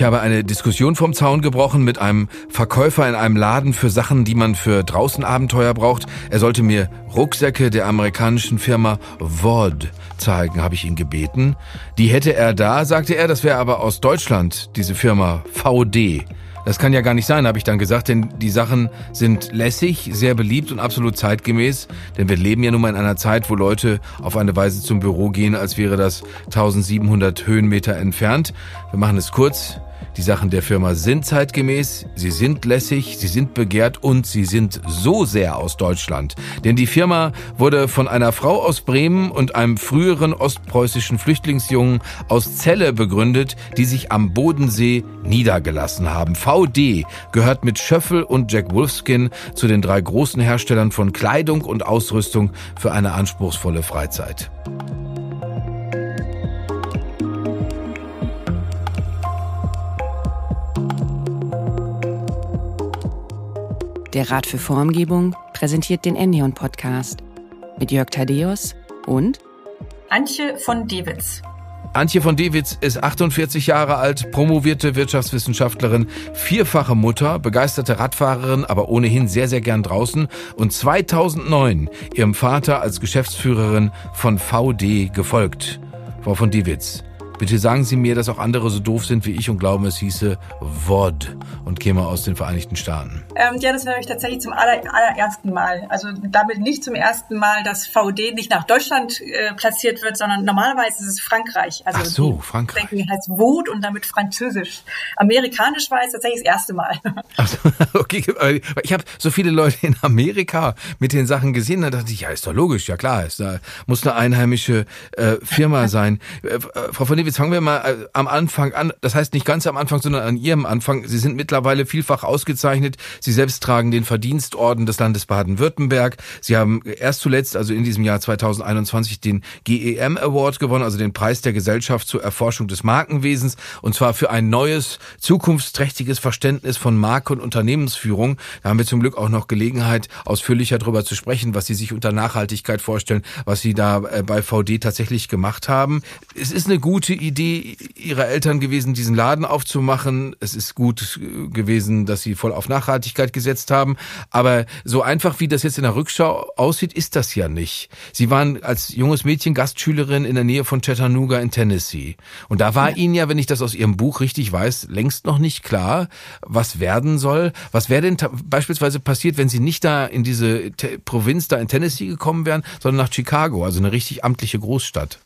habe eine Diskussion vom Zaun gebrochen mit einem Verkäufer in einem Laden für Sachen, die man für draußen Abenteuer braucht. Er sollte mir Rucksäcke der amerikanischen Firma Vod zeigen, habe ich ihn gebeten. Die hätte er da, sagte er, das wäre aber aus Deutschland, diese Firma VD. Das kann ja gar nicht sein, habe ich dann gesagt, denn die Sachen sind lässig, sehr beliebt und absolut zeitgemäß. Denn wir leben ja nun mal in einer Zeit, wo Leute auf eine Weise zum Büro gehen, als wäre das 1700 Höhenmeter entfernt. Wir machen es kurz. Die Sachen der Firma sind zeitgemäß, sie sind lässig, sie sind begehrt und sie sind so sehr aus Deutschland. Denn die Firma wurde von einer Frau aus Bremen und einem früheren ostpreußischen Flüchtlingsjungen aus Celle begründet, die sich am Bodensee niedergelassen haben. VD gehört mit Schöffel und Jack Wolfskin zu den 3 großen Herstellern von Kleidung und Ausrüstung für eine anspruchsvolle Freizeit. Der Rat für Formgebung präsentiert den Enneon-Podcast mit Jörg Thaddeus und Antje von Dewitz. Antje von Dewitz ist 48 Jahre alt, promovierte Wirtschaftswissenschaftlerin, 4-fache Mutter, begeisterte Radfahrerin, aber ohnehin sehr, sehr gern draußen und 2009 ihrem Vater als Geschäftsführerin von VD gefolgt. Frau von Dewitz, bitte sagen Sie mir, dass auch andere so doof sind wie ich und glauben, es hieße VOD und käme aus den Vereinigten Staaten. Ja, das höre ich tatsächlich zum allerersten Mal. Also damit nicht zum ersten Mal, dass VD nicht nach Deutschland platziert wird, sondern normalerweise ist es Frankreich. Also ach so, Frankreich. Denken heißt Vod und damit Französisch. Amerikanisch war es tatsächlich das erste Mal. Ach so, okay, ich habe so viele Leute in Amerika mit den Sachen gesehen, da dachte ich, ja, ist doch logisch, ja klar, es muss eine einheimische Firma sein. Frau von Dewitz, fangen wir mal am Anfang an. Das heißt nicht ganz am Anfang, sondern an Ihrem Anfang. Sie sind mittlerweile vielfach ausgezeichnet. Sie selbst tragen den Verdienstorden des Landes Baden-Württemberg. Sie haben erst zuletzt, also in diesem Jahr 2021, den GEM Award gewonnen, also den Preis der Gesellschaft zur Erforschung des Markenwesens, und zwar für ein neues, zukunftsträchtiges Verständnis von Marke- und Unternehmensführung. Da haben wir zum Glück auch noch Gelegenheit, ausführlicher darüber zu sprechen, was Sie sich unter Nachhaltigkeit vorstellen, was Sie da bei VD tatsächlich gemacht haben. Es ist eine gute Idee Ihrer Eltern gewesen, diesen Laden aufzumachen. Es ist gut gewesen, dass Sie voll auf Nachhaltigkeit gesetzt haben. Aber so einfach, wie das jetzt in der Rückschau aussieht, ist das ja nicht. Sie waren als junges Mädchen Gastschülerin in der Nähe von Chattanooga in Tennessee. Und da war Ihnen ja, wenn ich das aus Ihrem Buch richtig weiß, längst noch nicht klar, was werden soll. Was wäre denn beispielsweise passiert, wenn Sie nicht da in diese Provinz da in Tennessee gekommen wären, sondern nach Chicago, also eine richtig amtliche Großstadt?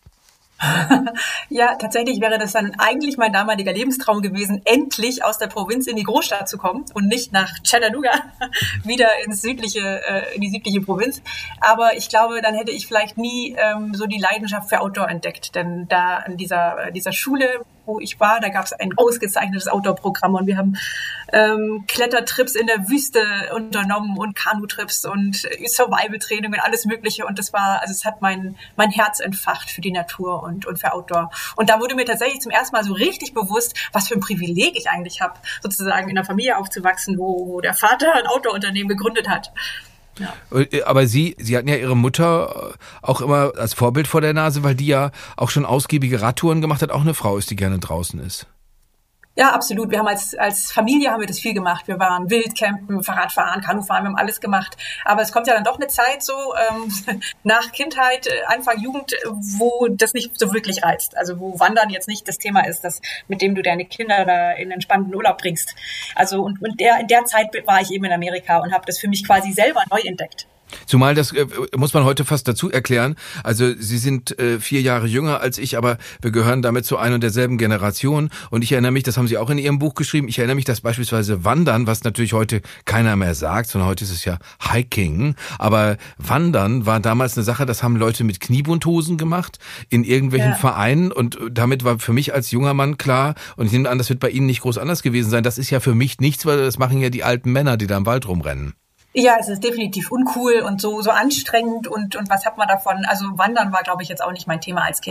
Ja, tatsächlich wäre das dann eigentlich mein damaliger Lebenstraum gewesen, endlich aus der Provinz in die Großstadt zu kommen und nicht nach Chattanooga, wieder in die südliche Provinz. Aber ich glaube, dann hätte ich vielleicht nie so die Leidenschaft für Outdoor entdeckt, denn da an dieser Schule, wo ich war, da gab es ein ausgezeichnetes Outdoor-Programm und wir haben Klettertrips in der Wüste unternommen und Kanutrips und Survival-Training und alles Mögliche. Und es hat mein Herz entfacht für die Natur und für Outdoor. Und da wurde mir tatsächlich zum ersten Mal so richtig bewusst, was für ein Privileg ich eigentlich habe, sozusagen in einer Familie aufzuwachsen, wo der Vater ein Outdoor-Unternehmen gegründet hat. Ja. Aber Sie hatten ja Ihre Mutter auch immer als Vorbild vor der Nase, weil die ja auch schon ausgiebige Radtouren gemacht hat, auch eine Frau ist, die gerne draußen ist. Ja, absolut. Wir haben als Familie haben wir das viel gemacht. Wir waren Wildcampen, Fahrradfahren, Kanufahren, wir haben alles gemacht. Aber es kommt ja dann doch eine Zeit so nach Kindheit, Anfang Jugend, wo das nicht so wirklich reizt. Also wo Wandern jetzt nicht das Thema ist, mit dem du deine Kinder da in einen spannenden Urlaub bringst. Also und in der Zeit war ich eben in Amerika und habe das für mich quasi selber neu entdeckt. Zumal das muss man heute fast dazu erklären. Also Sie sind 4 Jahre jünger als ich, aber wir gehören damit zu einer und derselben Generation. Und ich erinnere mich, das haben Sie auch in Ihrem Buch geschrieben, ich erinnere mich, dass beispielsweise Wandern, was natürlich heute keiner mehr sagt, sondern heute ist es ja Hiking, aber Wandern war damals eine Sache, das haben Leute mit Kniebundhosen gemacht, in irgendwelchen Vereinen, und damit war für mich als junger Mann klar, und ich nehme an, das wird bei Ihnen nicht groß anders gewesen sein, das ist ja für mich nichts, weil das machen ja die alten Männer, die da im Wald rumrennen. Ja, es ist definitiv uncool und so anstrengend und was hat man davon? Also Wandern war, glaube ich, jetzt auch nicht mein Thema als Kind.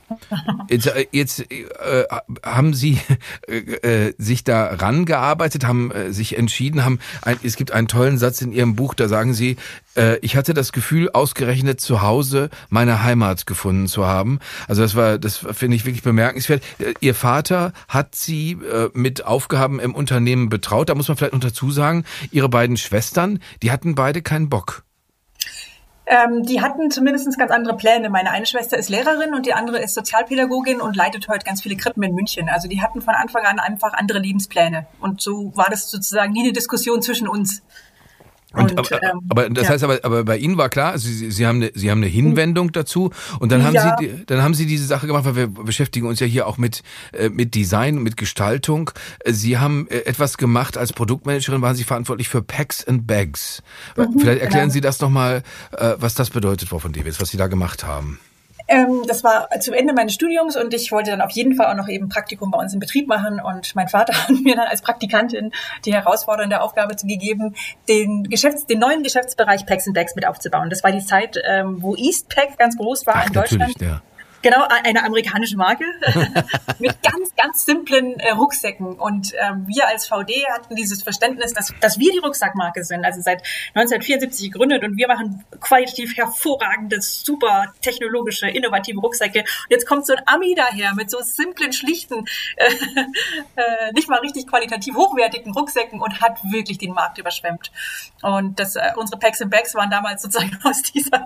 Jetzt haben Sie sich da rangearbeitet, haben sich entschieden, es gibt einen tollen Satz in Ihrem Buch, da sagen Sie, ich hatte das Gefühl, ausgerechnet zu Hause meine Heimat gefunden zu haben. Also das finde ich wirklich bemerkenswert. Ihr Vater hat Sie mit Aufgaben im Unternehmen betraut. Da muss man vielleicht noch dazu sagen, Ihre beiden Schwestern, die hatten beide keinen Bock. Die hatten zumindest ganz andere Pläne. Meine eine Schwester ist Lehrerin und die andere ist Sozialpädagogin und leitet heute ganz viele Krippen in München. Also die hatten von Anfang an einfach andere Lebenspläne. Und so war das sozusagen nie eine Diskussion zwischen uns. Aber das heißt aber bei Ihnen war klar, also Sie haben eine Hinwendung dazu und dann haben Sie diese Sache gemacht, weil wir beschäftigen uns ja hier auch mit Design, mit Gestaltung. Sie haben etwas gemacht als Produktmanagerin, waren Sie verantwortlich für Packs and Bags. Vielleicht erklären Sie das nochmal, was das bedeutet, Frau von Dewitz, was Sie da gemacht haben. Das war zu Ende meines Studiums und ich wollte dann auf jeden Fall auch noch eben Praktikum bei uns im Betrieb machen und mein Vater hat mir dann als Praktikantin die herausfordernde Aufgabe gegeben, den neuen Geschäftsbereich Packs and Bags mit aufzubauen. Das war die Zeit, wo Eastpak ganz groß war in Deutschland. Ja. Genau, eine amerikanische Marke mit ganz, ganz simplen Rucksäcken. Und wir als VD hatten dieses Verständnis, dass wir die Rucksackmarke sind. Also seit 1974 gegründet und wir machen qualitativ hervorragende, super technologische, innovative Rucksäcke. Und jetzt kommt so ein Ami daher mit so simplen, schlichten, nicht mal richtig qualitativ hochwertigen Rucksäcken und hat wirklich den Markt überschwemmt. Und unsere Packs and Bags waren damals sozusagen aus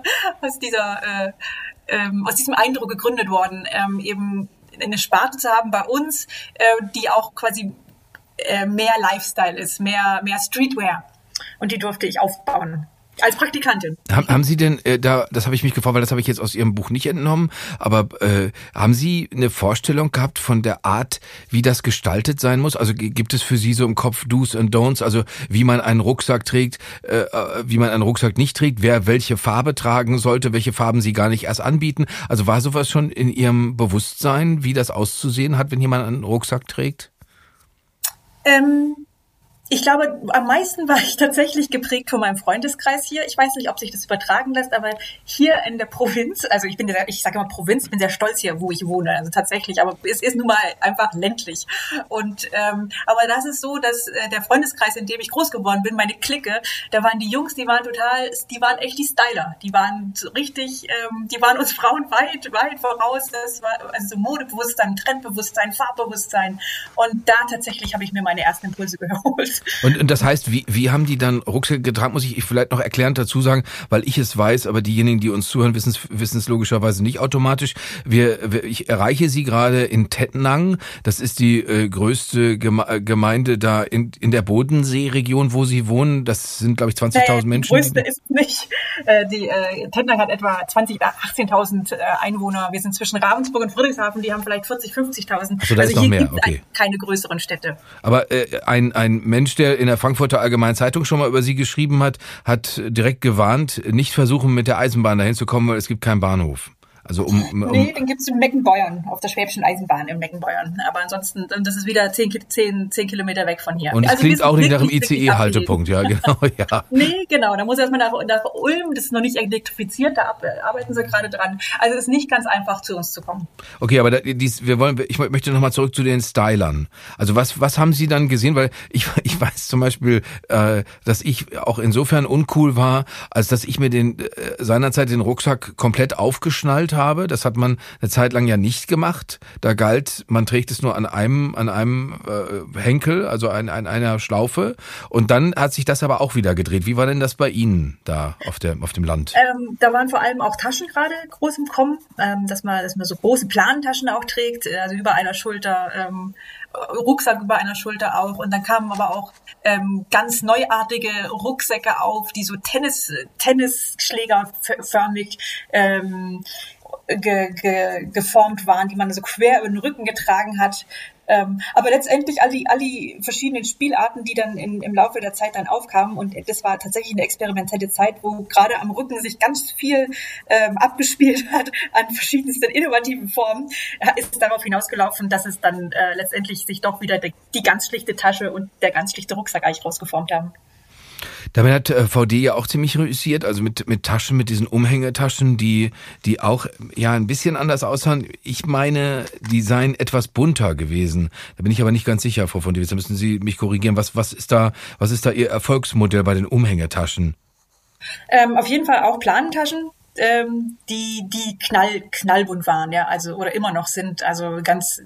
diesem Eindruck gegründet worden, eben eine Sparte zu haben bei uns, die auch quasi mehr Lifestyle ist, mehr Streetwear. Und die durfte ich aufbauen. Als Praktikantin. Haben Sie denn, das habe ich mich gefragt, weil das habe ich jetzt aus Ihrem Buch nicht entnommen, aber haben Sie eine Vorstellung gehabt von der Art, wie das gestaltet sein muss? Also gibt es für Sie so im Kopf Do's and Don'ts, also wie man einen Rucksack trägt, wie man einen Rucksack nicht trägt, wer welche Farbe tragen sollte, welche Farben Sie gar nicht erst anbieten? Also war sowas schon in Ihrem Bewusstsein, wie das auszusehen hat, wenn jemand einen Rucksack trägt? Ich glaube, am meisten war ich tatsächlich geprägt von meinem Freundeskreis hier. Ich weiß nicht, ob sich das übertragen lässt, aber hier in der Provinz, also ich sage immer Provinz, ich bin sehr stolz hier, wo ich wohne, also tatsächlich, aber es ist nun mal einfach ländlich. Und aber das ist so, dass der Freundeskreis, in dem ich groß geworden bin, meine Clique, da waren die Jungs, die waren echt die Styler. Die waren so richtig, die waren uns Frauen weit, weit voraus. Das war also Modebewusstsein, Trendbewusstsein, Farbbewusstsein. Und da tatsächlich habe ich mir meine ersten Impulse geholt. Und das heißt, wie haben die dann Rucksäcke getragen, muss ich vielleicht noch erklärend dazu sagen, weil ich es weiß, aber diejenigen, die uns zuhören, wissen es logischerweise nicht automatisch. Ich erreiche Sie gerade in Tettnang, das ist die größte Gemeinde da in der Bodenseeregion, wo Sie wohnen. Das sind, glaube ich, 20.000 Menschen. Die größte ist nicht. Tettnang hat etwa 18.000 Einwohner. Wir sind zwischen Ravensburg und Friedrichshafen, die haben vielleicht 40.000, 50.000. Also da ist noch mehr, okay. Keine größeren Städte. Aber ein Mensch, der in der Frankfurter Allgemeinen Zeitung schon mal über Sie geschrieben hat direkt gewarnt, nicht versuchen mit der Eisenbahn dahin zu kommen, weil es gibt keinen Bahnhof. Also Nee, den gibt's in Meckenbeuern, auf der Schwäbischen Eisenbahn in Meckenbeuern. Aber ansonsten, das ist wieder 10 Kilometer weg von hier. Und es klingt auch nicht nach einem ICE-Haltepunkt, ja, genau, ja. Nee, genau, da muss erstmal nach Ulm, das ist noch nicht elektrifiziert, da arbeiten sie gerade dran. Also es ist nicht ganz einfach, zu uns zu kommen. Okay, aber ich möchte nochmal zurück zu den Stylern. Also was haben Sie dann gesehen? Weil ich weiß zum Beispiel, dass ich auch insofern uncool war, als dass ich mir seinerzeit den Rucksack komplett aufgeschnallt habe. Das hat man eine Zeit lang ja nicht gemacht. Da galt, man trägt es nur an einem Henkel, also an einer Schlaufe. Und dann hat sich das aber auch wieder gedreht. Wie war denn das bei Ihnen da auf dem Land? Da waren vor allem auch Taschen gerade groß im Kommen, dass man so große Plantaschen auch trägt, also über einer Schulter, Rucksack über einer Schulter auch. Und dann kamen aber auch ganz neuartige Rucksäcke auf, die so Tennisschlägerförmig geformt waren, die man so quer über den Rücken getragen hat. Aber letztendlich all die verschiedenen Spielarten, die dann im Laufe der Zeit dann aufkamen, und das war tatsächlich eine experimentelle Zeit, wo gerade am Rücken sich ganz viel abgespielt hat an verschiedensten innovativen Formen, ist darauf hinausgelaufen, dass es dann letztendlich sich doch wieder die ganz schlichte Tasche und der ganz schlichte Rucksack eigentlich rausgeformt haben. Damit hat VD ja auch ziemlich reüssiert, also mit Taschen, mit diesen Umhängetaschen, die auch ja ein bisschen anders aussahen. Ich meine, die seien etwas bunter gewesen. Da bin ich aber nicht ganz sicher, Frau von Dewitz. Da müssen Sie mich korrigieren. Was ist da Ihr Erfolgsmodell bei den Umhängetaschen? Auf jeden Fall auch Planentaschen. Die knallbunt waren, ja, also oder immer noch sind, also ganz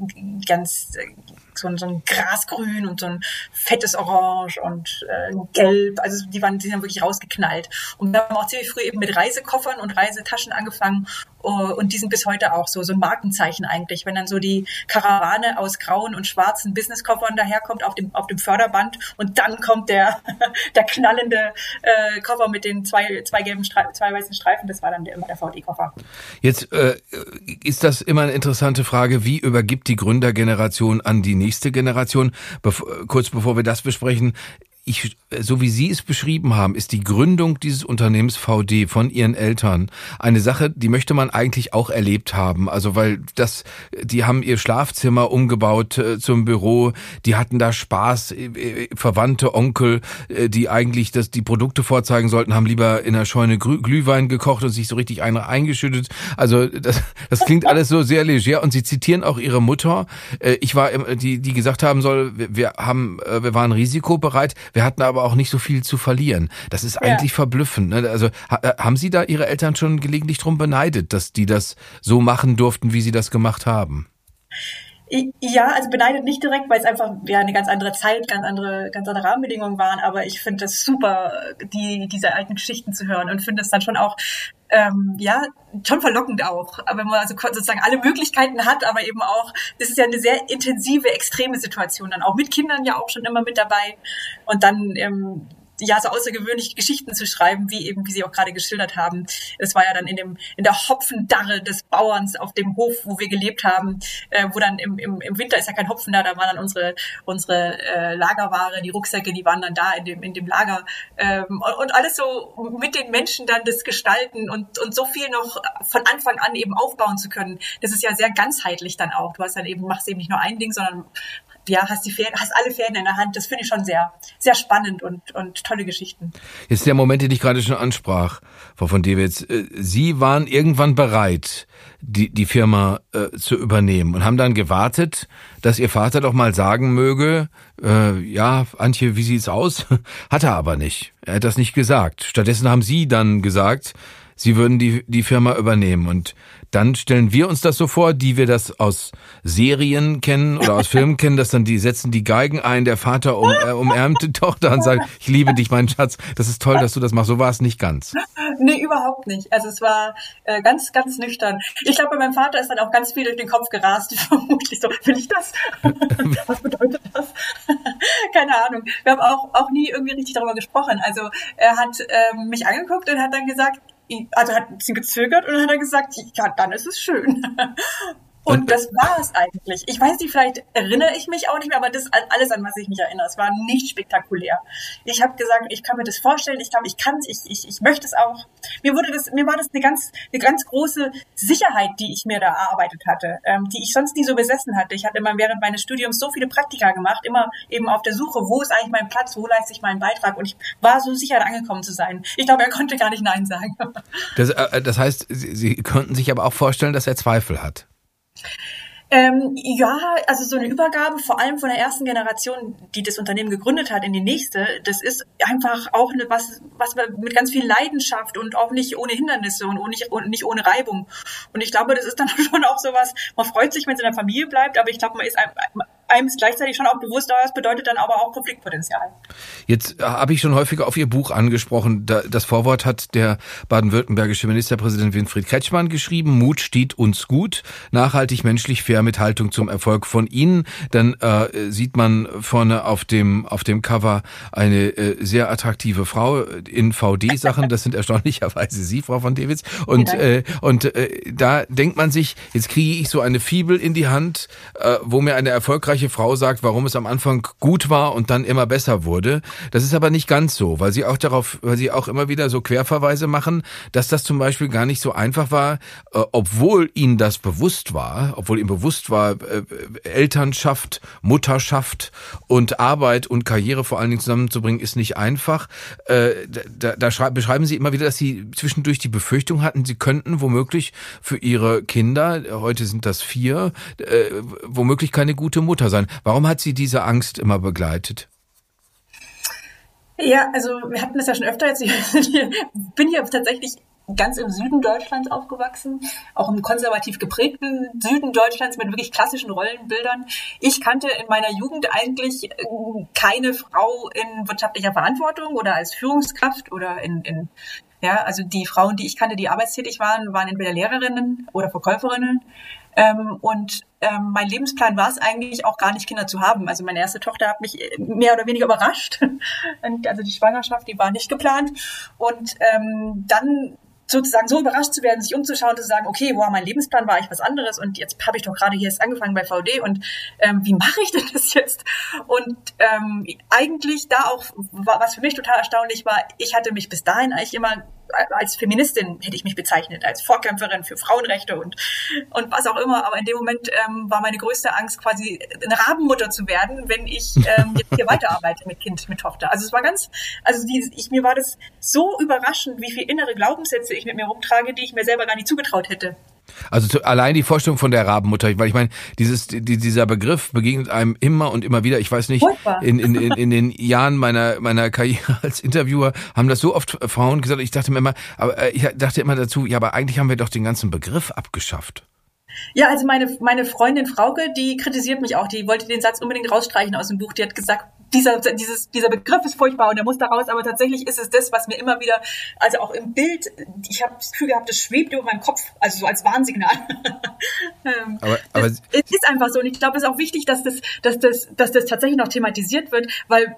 so ein Grasgrün und so ein fettes Orange und Gelb, also die sind dann wirklich rausgeknallt. Und wir haben auch ziemlich früh eben mit Reisekoffern und Reisetaschen angefangen und die sind bis heute auch so ein Markenzeichen eigentlich, wenn dann so die Karawane aus grauen und schwarzen Businesskoffern daherkommt auf dem Förderband und dann kommt der knallende Koffer mit den zwei weißen Streifen, das war dann immer der VD-Koffer. Jetzt ist das immer eine interessante Frage, wie übergibt die Gründergeneration an die nächste Generation? Kurz bevor wir das besprechen, so wie Sie es beschrieben haben, ist die Gründung dieses Unternehmens VD von Ihren Eltern eine Sache, die möchte man eigentlich auch erlebt haben. Also weil die haben ihr Schlafzimmer umgebaut zum Büro, die hatten da Spaß, Verwandte, Onkel, die eigentlich die Produkte vorzeigen sollten, haben lieber in der Scheune Glühwein gekocht und sich so richtig eingeschüttet. Also das klingt alles so sehr leger und Sie zitieren auch Ihre Mutter. Die gesagt haben soll, wir waren risikobereit. Wir hatten aber auch nicht so viel zu verlieren. Das ist eigentlich verblüffend. Ne? Also haben Sie da Ihre Eltern schon gelegentlich drum beneidet, dass die das so machen durften, wie Sie das gemacht haben? Ja, also beneidet nicht direkt, weil es einfach eine ganz andere Zeit, ganz andere Rahmenbedingungen waren. Aber ich finde das super, diese alten Geschichten zu hören und finde es dann schon auch schon verlockend auch. Aber wenn man also sozusagen alle Möglichkeiten hat, aber eben auch, das ist ja eine sehr intensive, extreme Situation dann auch mit Kindern ja auch schon immer mit dabei und dann so außergewöhnliche Geschichten zu schreiben, wie Sie auch gerade geschildert haben. Es war ja dann in der Hopfendarre des Bauerns auf dem Hof, wo wir gelebt haben, wo dann im Winter ist ja kein Hopfen da war dann unsere Lagerware, die Rucksäcke, die waren dann da in dem Lager und alles so mit den Menschen dann das Gestalten und so viel noch von Anfang an eben aufbauen zu können. Das ist ja sehr ganzheitlich dann auch. Du machst eben nicht nur ein Ding, sondern hast alle Fäden in der Hand. Das finde ich schon sehr, sehr spannend und tolle Geschichten. Jetzt der Moment, den ich gerade schon ansprach, Frau von Dewitz. Sie waren irgendwann bereit, die Firma zu übernehmen und haben dann gewartet, dass Ihr Vater doch mal sagen möge, Antje, wie sieht's aus? Hat er aber nicht. Er hat das nicht gesagt. Stattdessen haben Sie dann gesagt, Sie würden die Firma übernehmen. Und dann stellen wir uns das so vor, die wir das aus Serien kennen oder aus Filmen kennen, dass dann die setzen die Geigen ein, der Vater umarmt die Tochter und sagt, ich liebe dich, mein Schatz, das ist toll, dass du das machst. So war es nicht ganz. Nee, überhaupt nicht. Also es war ganz, ganz nüchtern. Ich glaube, bei meinem Vater ist dann auch ganz viel durch den Kopf gerast. Vermutlich so, will ich das? Was bedeutet das? Keine Ahnung. Wir haben auch nie irgendwie richtig darüber gesprochen. Also er hat mich angeguckt und hat dann gesagt, also hat ein bisschen gezögert und dann hat er gesagt, ja, dann ist es schön. Und das war es eigentlich. Ich weiß nicht, vielleicht erinnere ich mich auch nicht mehr, aber das ist alles, an was ich mich erinnere. Es war nicht spektakulär. Ich habe gesagt, ich kann mir das vorstellen, ich glaube, ich kann es, ich möchte es auch. Mir war das eine ganz große Sicherheit, die ich mir da erarbeitet hatte, die ich sonst nie so besessen hatte. Ich hatte immer während meines Studiums so viele Praktika gemacht, immer eben auf der Suche, wo ist eigentlich mein Platz, wo leiste ich meinen Beitrag, und ich war so sicher, angekommen zu sein. Ich glaube, er konnte gar nicht Nein sagen. Das heißt, Sie konnten sich aber auch vorstellen, dass er Zweifel hat. Also so eine Übergabe, vor allem von der ersten Generation, die das Unternehmen gegründet hat, in die nächste, das ist einfach auch was mit ganz viel Leidenschaft und auch nicht ohne Hindernisse und nicht ohne Reibung. Und ich glaube, das ist dann schon auch sowas, man freut sich, wenn es in der Familie bleibt, aber ich glaube, einem ist gleichzeitig schon auch bewusst, das bedeutet dann aber auch Konfliktpotenzial. Jetzt habe ich schon häufiger auf Ihr Buch angesprochen. Das Vorwort hat der baden-württembergische Ministerpräsident Winfried Kretschmann geschrieben. Mut steht uns gut, nachhaltig, menschlich, fair, mit Haltung zum Erfolg. Von Ihnen, dann sieht man vorne auf dem Cover eine sehr attraktive Frau in VD-Sachen. Das sind erstaunlicherweise Sie, Frau von Dewitz. Und da denkt man sich, jetzt kriege ich so eine Fibel in die Hand, wo mir eine erfolgreiche erfolgreiche Frau sagt, warum es am Anfang gut war und dann immer besser wurde. Das ist aber nicht ganz so, weil sie auch immer wieder so Querverweise machen, dass das zum Beispiel gar nicht so einfach war, obwohl ihnen bewusst war, Elternschaft, Mutterschaft und Arbeit und Karriere vor allen Dingen zusammenzubringen, ist nicht einfach. Da beschreiben sie immer wieder, dass sie zwischendurch die Befürchtung hatten, sie könnten womöglich für ihre Kinder, heute sind das 4, womöglich keine gute Mutter sein. Warum hat sie diese Angst immer begleitet? Ja, also wir hatten das ja schon öfter jetzt. Ich bin hier tatsächlich ganz im Süden Deutschlands aufgewachsen, auch im konservativ geprägten Süden Deutschlands mit wirklich klassischen Rollenbildern. Ich kannte in meiner Jugend eigentlich keine Frau in wirtschaftlicher Verantwortung oder als Führungskraft oder also die Frauen, die ich kannte, die arbeitstätig waren entweder Lehrerinnen oder Verkäuferinnen. Mein Lebensplan war es eigentlich auch gar nicht, Kinder zu haben. Also meine erste Tochter hat mich mehr oder weniger überrascht. Also die Schwangerschaft, die war nicht geplant. Und dann sozusagen so überrascht zu werden, sich umzuschauen, zu sagen, okay, wow, mein Lebensplan war eigentlich was anderes und jetzt habe ich doch gerade hier erst angefangen bei VD und wie mache ich denn das jetzt? Und eigentlich da auch, was für mich total erstaunlich war, ich hatte mich bis dahin eigentlich immer als Feministin hätte ich mich bezeichnet, als Vorkämpferin für Frauenrechte und was auch immer. Aber in dem Moment war meine größte Angst, quasi eine Rabenmutter zu werden, wenn ich jetzt hier weiterarbeite mit Kind, mit Tochter. Also es war mir war das so überraschend, wie viel innere Glaubenssätze ich mit mir rumtrage, die ich mir selber gar nicht zugetraut hätte. Also allein die Vorstellung von der Rabenmutter, weil ich meine, dieser Begriff begegnet einem immer und immer wieder. Ich weiß nicht, in den Jahren meiner Karriere als Interviewer haben das so oft Frauen gesagt. Ich dachte immer dazu, ja, aber eigentlich haben wir doch den ganzen Begriff abgeschafft. Ja, also meine Freundin Frauke, die kritisiert mich auch. Die wollte den Satz unbedingt rausstreichen aus dem Buch. Die hat gesagt, dieser Begriff ist furchtbar und der muss da raus. Aber tatsächlich ist es das, was mir immer wieder, also auch im Bild, ich habe das Gefühl gehabt, das schwebt über meinem Kopf, also so als Warnsignal. Aber es ist einfach so. Und ich glaube, es ist auch wichtig, dass das tatsächlich noch thematisiert wird, weil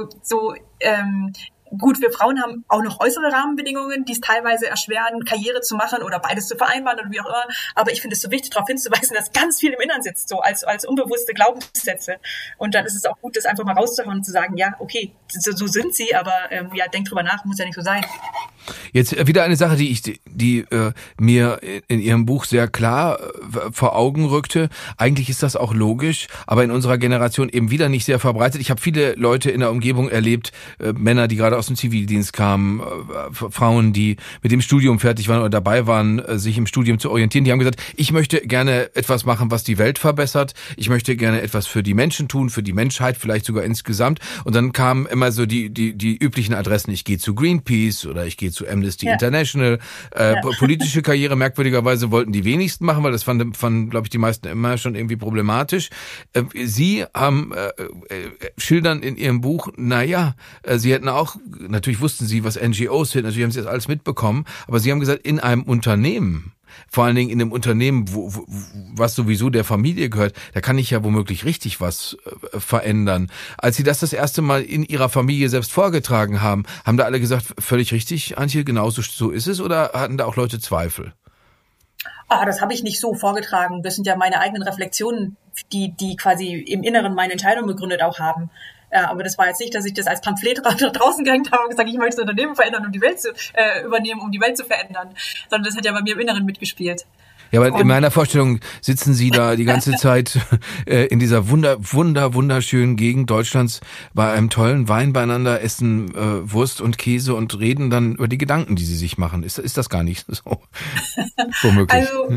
gut, wir Frauen haben auch noch äußere Rahmenbedingungen, die es teilweise erschweren, Karriere zu machen oder beides zu vereinbaren oder wie auch immer. Aber ich finde es so wichtig, darauf hinzuweisen, dass ganz viel im Innern sitzt, so als unbewusste Glaubenssätze. Und dann ist es auch gut, das einfach mal rauszuhauen und zu sagen, ja, okay, so sind sie, aber denk drüber nach, muss ja nicht so sein. Jetzt wieder eine Sache, die mir in Ihrem Buch sehr klar vor Augen rückte. Eigentlich ist das auch logisch, aber in unserer Generation eben wieder nicht sehr verbreitet. Ich habe viele Leute in der Umgebung erlebt, Männer, die gerade aus dem Zivildienst kamen, Frauen, die mit dem Studium fertig waren oder dabei waren, sich im Studium zu orientieren. Die haben gesagt, ich möchte gerne etwas machen, was die Welt verbessert. Ich möchte gerne etwas für die Menschen tun, für die Menschheit, vielleicht sogar insgesamt. Und dann kamen immer so die üblichen Adressen. Ich gehe zu Greenpeace oder ich gehe zu Amnesty International. Politische Karriere merkwürdigerweise wollten die wenigsten machen, weil das fanden, glaube ich, die meisten immer schon irgendwie problematisch. Sie haben schildern in Ihrem Buch, Sie hätten auch, natürlich wussten Sie, was NGOs sind, natürlich haben Sie das alles mitbekommen, aber Sie haben gesagt, in einem Unternehmen, vor allen Dingen in einem Unternehmen, was sowieso der Familie gehört, da kann ich ja womöglich richtig was verändern. Als Sie das erste Mal in Ihrer Familie selbst vorgetragen haben da alle gesagt, völlig richtig, Antje, genauso so ist es, oder hatten da auch Leute Zweifel? Das habe ich nicht so vorgetragen. Das sind ja meine eigenen Reflexionen, die quasi im Inneren meine Entscheidung begründet auch haben. Ja, aber das war jetzt nicht, dass ich das als Pamphlet draußen gehängt habe und gesagt, ich möchte das Unternehmen verändern, um die Welt zu übernehmen, um die Welt zu verändern. Sondern das hat ja bei mir im Inneren mitgespielt. Ja, aber in meiner Vorstellung sitzen Sie da die ganze Zeit in dieser wunderschönen Gegend Deutschlands bei einem tollen Wein beieinander, essen Wurst und Käse und reden dann über die Gedanken, die Sie sich machen. Ist das gar nicht so womöglich? Also,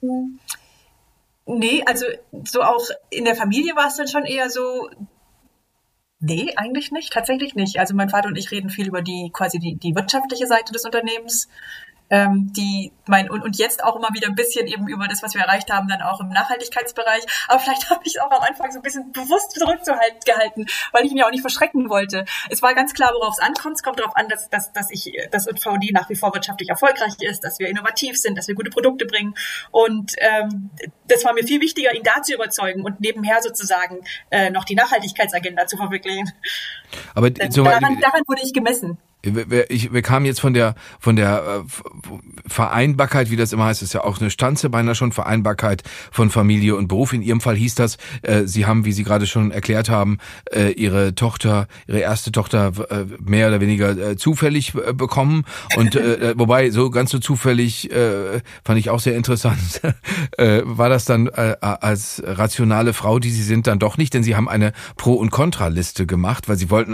nee, also so auch in der Familie war es dann schon eher so. Nee, eigentlich nicht, tatsächlich nicht. Also mein Vater und ich reden viel über die wirtschaftliche Seite des Unternehmens. Und jetzt auch immer wieder ein bisschen eben über das, was wir erreicht haben, dann auch im Nachhaltigkeitsbereich. Aber vielleicht habe ich es auch am Anfang so ein bisschen bewusst zurückgehalten, weil ich ihn ja auch nicht verschrecken wollte. Es war ganz klar, worauf es ankommt. Es kommt darauf an, dass VD nach wie vor wirtschaftlich erfolgreich ist, dass wir innovativ sind, dass wir gute Produkte bringen. Und das war mir viel wichtiger, ihn da zu überzeugen und nebenher sozusagen noch die Nachhaltigkeitsagenda zu verwirklichen. Aber daran wurde ich gemessen. Wir kamen jetzt von der Vereinbarkeit, wie das immer heißt, ist ja auch eine Stanze beinahe schon, Vereinbarkeit von Familie und Beruf. In Ihrem Fall hieß das, Sie haben, wie Sie gerade schon erklärt haben, Ihre erste Tochter mehr oder weniger zufällig bekommen. Und wobei, so ganz so zufällig fand ich auch sehr interessant, war das dann als rationale Frau, die Sie sind, dann doch nicht, denn Sie haben eine Pro- und Kontraliste gemacht, weil Sie wollten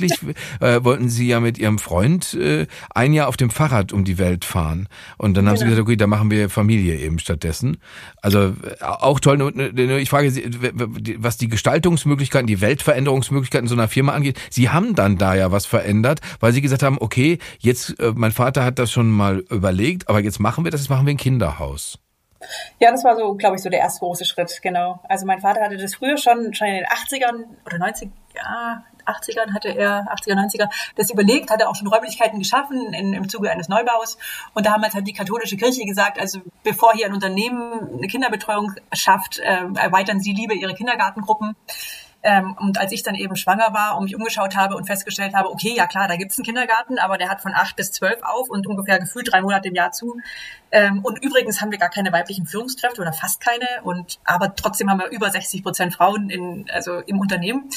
Sie ja mit Ihrem Freund ein Jahr auf dem Fahrrad um die Welt fahren. Und dann haben Sie gesagt, okay, da machen wir Familie eben stattdessen. Also auch toll. Ich frage Sie, was die Gestaltungsmöglichkeiten, die Weltveränderungsmöglichkeiten so einer Firma angeht. Sie haben dann da ja was verändert, weil Sie gesagt haben, okay, jetzt, mein Vater hat das schon mal überlegt, aber jetzt machen wir ein Kinderhaus. Ja, das war so, glaube ich, so der erste große Schritt, genau. Also mein Vater hatte das früher schon in den 80ern oder 80ern hatte er, 80er, 90er, das überlegt, hatte auch schon Räumlichkeiten geschaffen im Zuge eines Neubaus. Und damals hat die katholische Kirche gesagt, also bevor hier ein Unternehmen eine Kinderbetreuung schafft, erweitern Sie lieber Ihre Kindergartengruppen. Und als ich dann eben schwanger war und mich umgeschaut habe und festgestellt habe, okay, ja klar, da gibt's einen Kindergarten, aber der hat von 8 bis 12 auf und ungefähr gefühlt 3 Monate im Jahr zu. Und übrigens haben wir gar keine weiblichen Führungskräfte oder fast keine. Aber trotzdem haben wir über 60% Frauen im Unternehmen.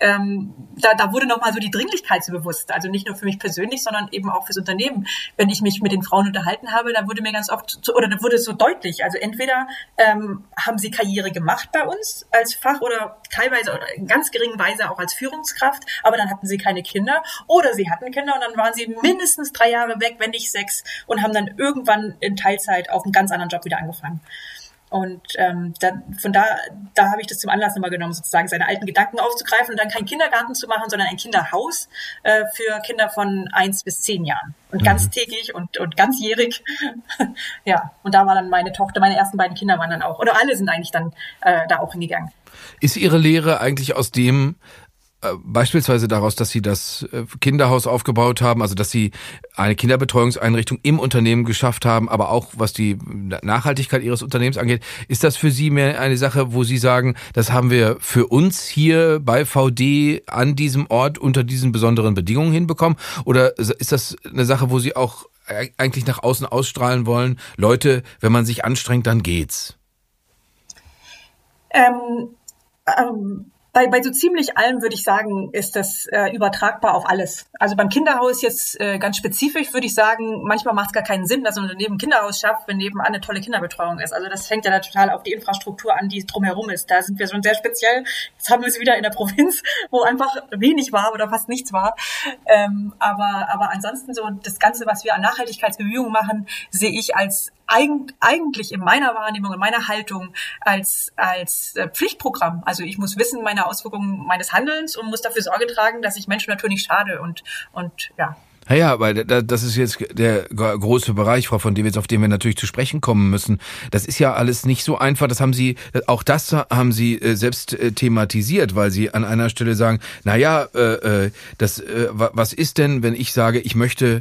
Da wurde nochmal so die Dringlichkeit so bewusst. Also nicht nur für mich persönlich, sondern eben auch fürs Unternehmen. Wenn ich mich mit den Frauen unterhalten habe, da wurde mir ganz oft, oder da wurde es so deutlich. Also entweder haben sie Karriere gemacht bei uns als Fach oder teilweise oder in ganz geringen Weise auch als Führungskraft, aber dann hatten sie keine Kinder oder sie hatten Kinder und dann waren sie mindestens 3 Jahre weg, wenn nicht 6 und haben dann irgendwann in Teilzeit auf einen ganz anderen Job wieder angefangen. Und von da habe ich das zum Anlass nochmal genommen, sozusagen seine alten Gedanken aufzugreifen und dann keinen Kindergarten zu machen, sondern ein Kinderhaus für Kinder von 1 bis 10 Jahren. Und ganztägig und ganzjährig. Ja, und da war dann meine Tochter, meine ersten beiden Kinder waren dann auch, oder alle sind eigentlich dann da auch hingegangen. Ist Ihre Lehre eigentlich aus dem beispielsweise daraus, dass Sie das Kinderhaus aufgebaut haben, also dass Sie eine Kinderbetreuungseinrichtung im Unternehmen geschafft haben, aber auch was die Nachhaltigkeit Ihres Unternehmens angeht, ist das für Sie mehr eine Sache, wo Sie sagen, das haben wir für uns hier bei VD an diesem Ort unter diesen besonderen Bedingungen hinbekommen? Oder ist das eine Sache, wo Sie auch eigentlich nach außen ausstrahlen wollen, Leute, wenn man sich anstrengt, dann geht's? Bei so ziemlich allem würde ich sagen, ist das übertragbar auf alles. Also beim Kinderhaus jetzt ganz spezifisch würde ich sagen, manchmal macht es gar keinen Sinn, dass ein Unternehmen ein Kinderhaus schafft, wenn nebenan eine tolle Kinderbetreuung ist. Also das hängt ja da total auf die Infrastruktur an, die drumherum ist. Da sind wir schon sehr speziell. Jetzt haben wir es wieder in der Provinz, wo einfach wenig war oder fast nichts war. Aber ansonsten so das Ganze, was wir an Nachhaltigkeitsbemühungen machen, sehe ich als eigentlich in meiner Wahrnehmung, in meiner Haltung als Pflichtprogramm. Also ich muss wissen, meine Auswirkungen meines Handelns und muss dafür Sorge tragen, dass ich Menschen natürlich nicht schade und ja. Ja, weil das ist jetzt der große Bereich, Frau von Dewitz, auf den wir natürlich zu sprechen kommen müssen. Das ist ja alles nicht so einfach. Das haben Sie selbst thematisiert, weil Sie an einer Stelle sagen, was ist denn, wenn ich sage, ich möchte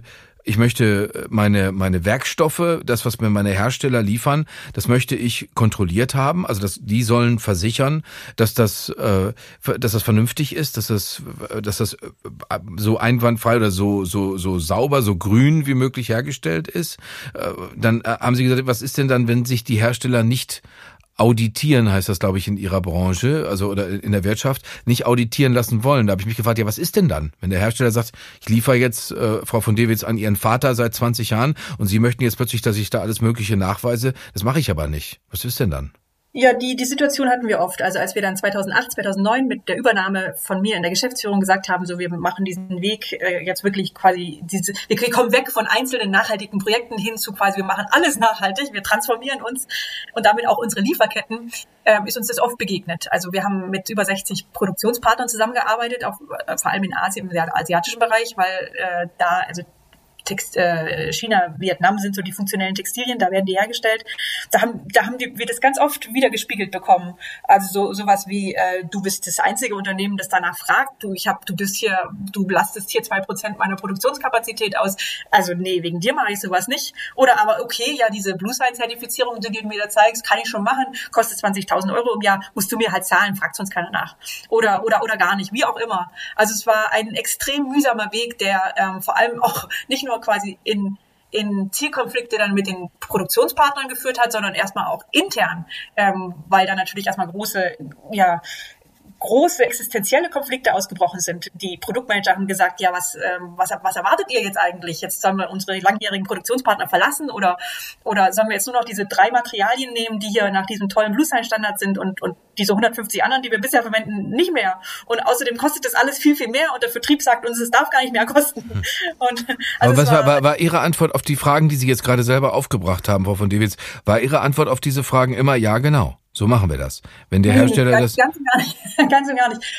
meine Werkstoffe, das, was mir meine Hersteller liefern, das möchte ich kontrolliert haben. Also die sollen versichern, dass das vernünftig ist, dass das so einwandfrei oder so sauber, so grün wie möglich hergestellt ist. Dann haben Sie gesagt, was ist denn dann, wenn sich die Hersteller nicht auditieren, heißt das, glaube ich, in Ihrer Branche, also oder in der Wirtschaft, nicht auditieren lassen wollen. Da habe ich mich gefragt, ja, was ist denn dann? Wenn der Hersteller sagt, ich liefere jetzt Frau von Dewitz an Ihren Vater seit 20 Jahren und Sie möchten jetzt plötzlich, dass ich da alles Mögliche nachweise, das mache ich aber nicht. Was ist denn dann? Ja, die Situation hatten wir oft. Also als wir dann 2008, 2009 mit der Übernahme von mir in der Geschäftsführung gesagt haben, so wir machen diesen Weg jetzt wirklich quasi, wir kommen weg von einzelnen nachhaltigen Projekten hin zu quasi, wir machen alles nachhaltig, wir transformieren uns und damit auch unsere Lieferketten, ist uns das oft begegnet. Also wir haben mit über 60 Produktionspartnern zusammengearbeitet, auch vor allem in Asien, im asiatischen Bereich, weil China, Vietnam sind so die funktionellen Textilien, da werden die hergestellt. Da haben wir das ganz oft wieder gespiegelt bekommen. Also sowas wie, du bist das einzige Unternehmen, das danach fragt, du belastest hier 2% meiner Produktionskapazität aus. Also nee, wegen dir mache ich sowas nicht. Oder aber okay, ja, diese Bluesign-Zertifizierung, die du mir da zeigst, kann ich schon machen, kostet 20.000 Euro im Jahr, musst du mir halt zahlen, fragt sonst keiner nach. Oder gar nicht, wie auch immer. Also es war ein extrem mühsamer Weg, der vor allem auch nicht nur quasi in Zielkonflikte dann mit den Produktionspartnern geführt hat, sondern erstmal auch intern, weil da natürlich erstmal große existenzielle Konflikte ausgebrochen sind. Die Produktmanager haben gesagt, ja, was erwartet ihr jetzt eigentlich? Jetzt sollen wir unsere langjährigen Produktionspartner verlassen oder sollen wir jetzt nur noch diese 3 Materialien nehmen, die hier nach diesem tollen Bluesign-Standard sind und diese 150 anderen, die wir bisher verwenden, nicht mehr. Und außerdem kostet das alles viel, viel mehr und der Vertrieb sagt uns, es darf gar nicht mehr kosten. Und aber was war Ihre Antwort auf die Fragen, die Sie jetzt gerade selber aufgebracht haben, Frau von Dewitz? War Ihre Antwort auf diese Fragen immer, ja, genau, so machen wir das? Wenn der Hersteller ganz und gar nicht.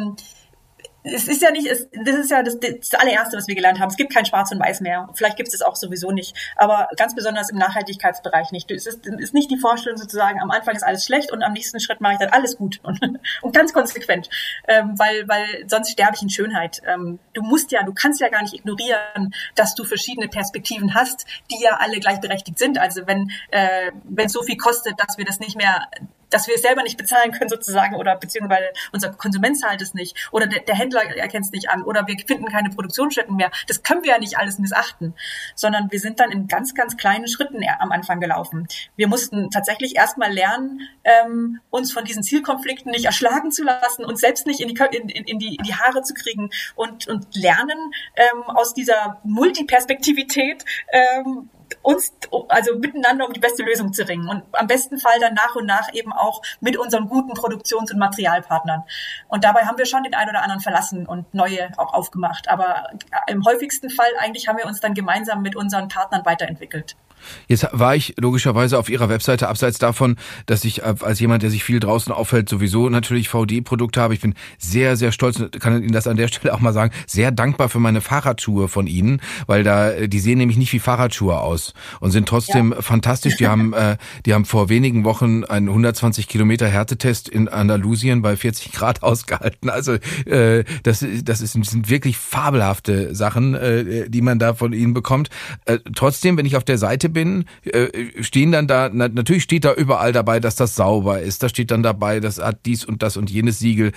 Das ist ja das allererste, was wir gelernt haben. Es gibt kein Schwarz und Weiß mehr. Vielleicht gibt es es auch sowieso nicht. Aber ganz besonders im Nachhaltigkeitsbereich nicht. Es ist nicht die Vorstellung sozusagen, am Anfang ist alles schlecht und am nächsten Schritt mache ich dann alles gut. Und ganz konsequent. Weil sonst sterbe ich in Schönheit. Du kannst ja gar nicht ignorieren, dass du verschiedene Perspektiven hast, die ja alle gleichberechtigt sind. Also wenn es so viel kostet, dass wir es selber nicht bezahlen können sozusagen oder beziehungsweise unser Konsument zahlt es nicht oder der Händler erkennt es nicht an oder wir finden keine Produktionsstätten mehr. Das können wir ja nicht alles missachten, sondern wir sind dann in ganz, ganz kleinen Schritten am Anfang gelaufen. Wir mussten tatsächlich erstmal lernen, uns von diesen Zielkonflikten nicht erschlagen zu lassen, uns selbst nicht in die Haare zu kriegen und lernen aus dieser Multiperspektivität uns also miteinander um die beste Lösung zu ringen und am besten Fall dann nach und nach eben auch mit unseren guten Produktions- und Materialpartnern. Und dabei haben wir schon den einen oder anderen verlassen und neue auch aufgemacht. Aber im häufigsten Fall eigentlich haben wir uns dann gemeinsam mit unseren Partnern weiterentwickelt. Jetzt war ich logischerweise auf Ihrer Webseite, abseits davon, dass ich als jemand, der sich viel draußen aufhält, sowieso natürlich VD-Produkte habe. Ich bin sehr, sehr stolz und kann Ihnen das an der Stelle auch mal sagen, sehr dankbar für meine Fahrradschuhe von Ihnen, weil die sehen nämlich nicht wie Fahrradschuhe aus und sind trotzdem fantastisch. Die haben vor wenigen Wochen einen 120 Kilometer Härtetest in Andalusien bei 40 Grad ausgehalten. Also das sind wirklich fabelhafte Sachen, die man da von Ihnen bekommt. Trotzdem, wenn ich auf der Seite bin, stehen dann da, natürlich steht da überall dabei, dass das sauber ist. Da steht dann dabei, das hat dies und das und jenes Siegel.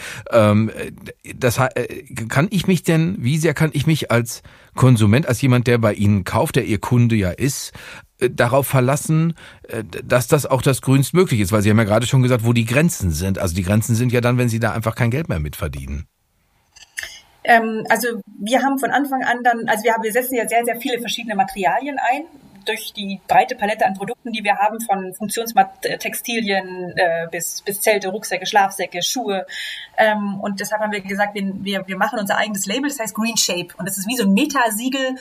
Wie sehr kann ich mich als Konsument, als jemand, der bei Ihnen kauft, der Ihr Kunde ja ist, darauf verlassen, dass das auch das grünstmöglich ist? Weil Sie haben ja gerade schon gesagt, wo die Grenzen sind. Also die Grenzen sind ja dann, wenn Sie da einfach kein Geld mehr mitverdienen. Also wir haben von Anfang an wir setzen ja sehr, sehr viele verschiedene Materialien ein. Durch die breite Palette an Produkten, die wir haben, von Funktionstextilien bis Zelte, Rucksäcke, Schlafsäcke, Schuhe. Und deshalb haben wir gesagt, wir machen unser eigenes Label, das heißt Green Shape. Und das ist wie so ein Metasiegel,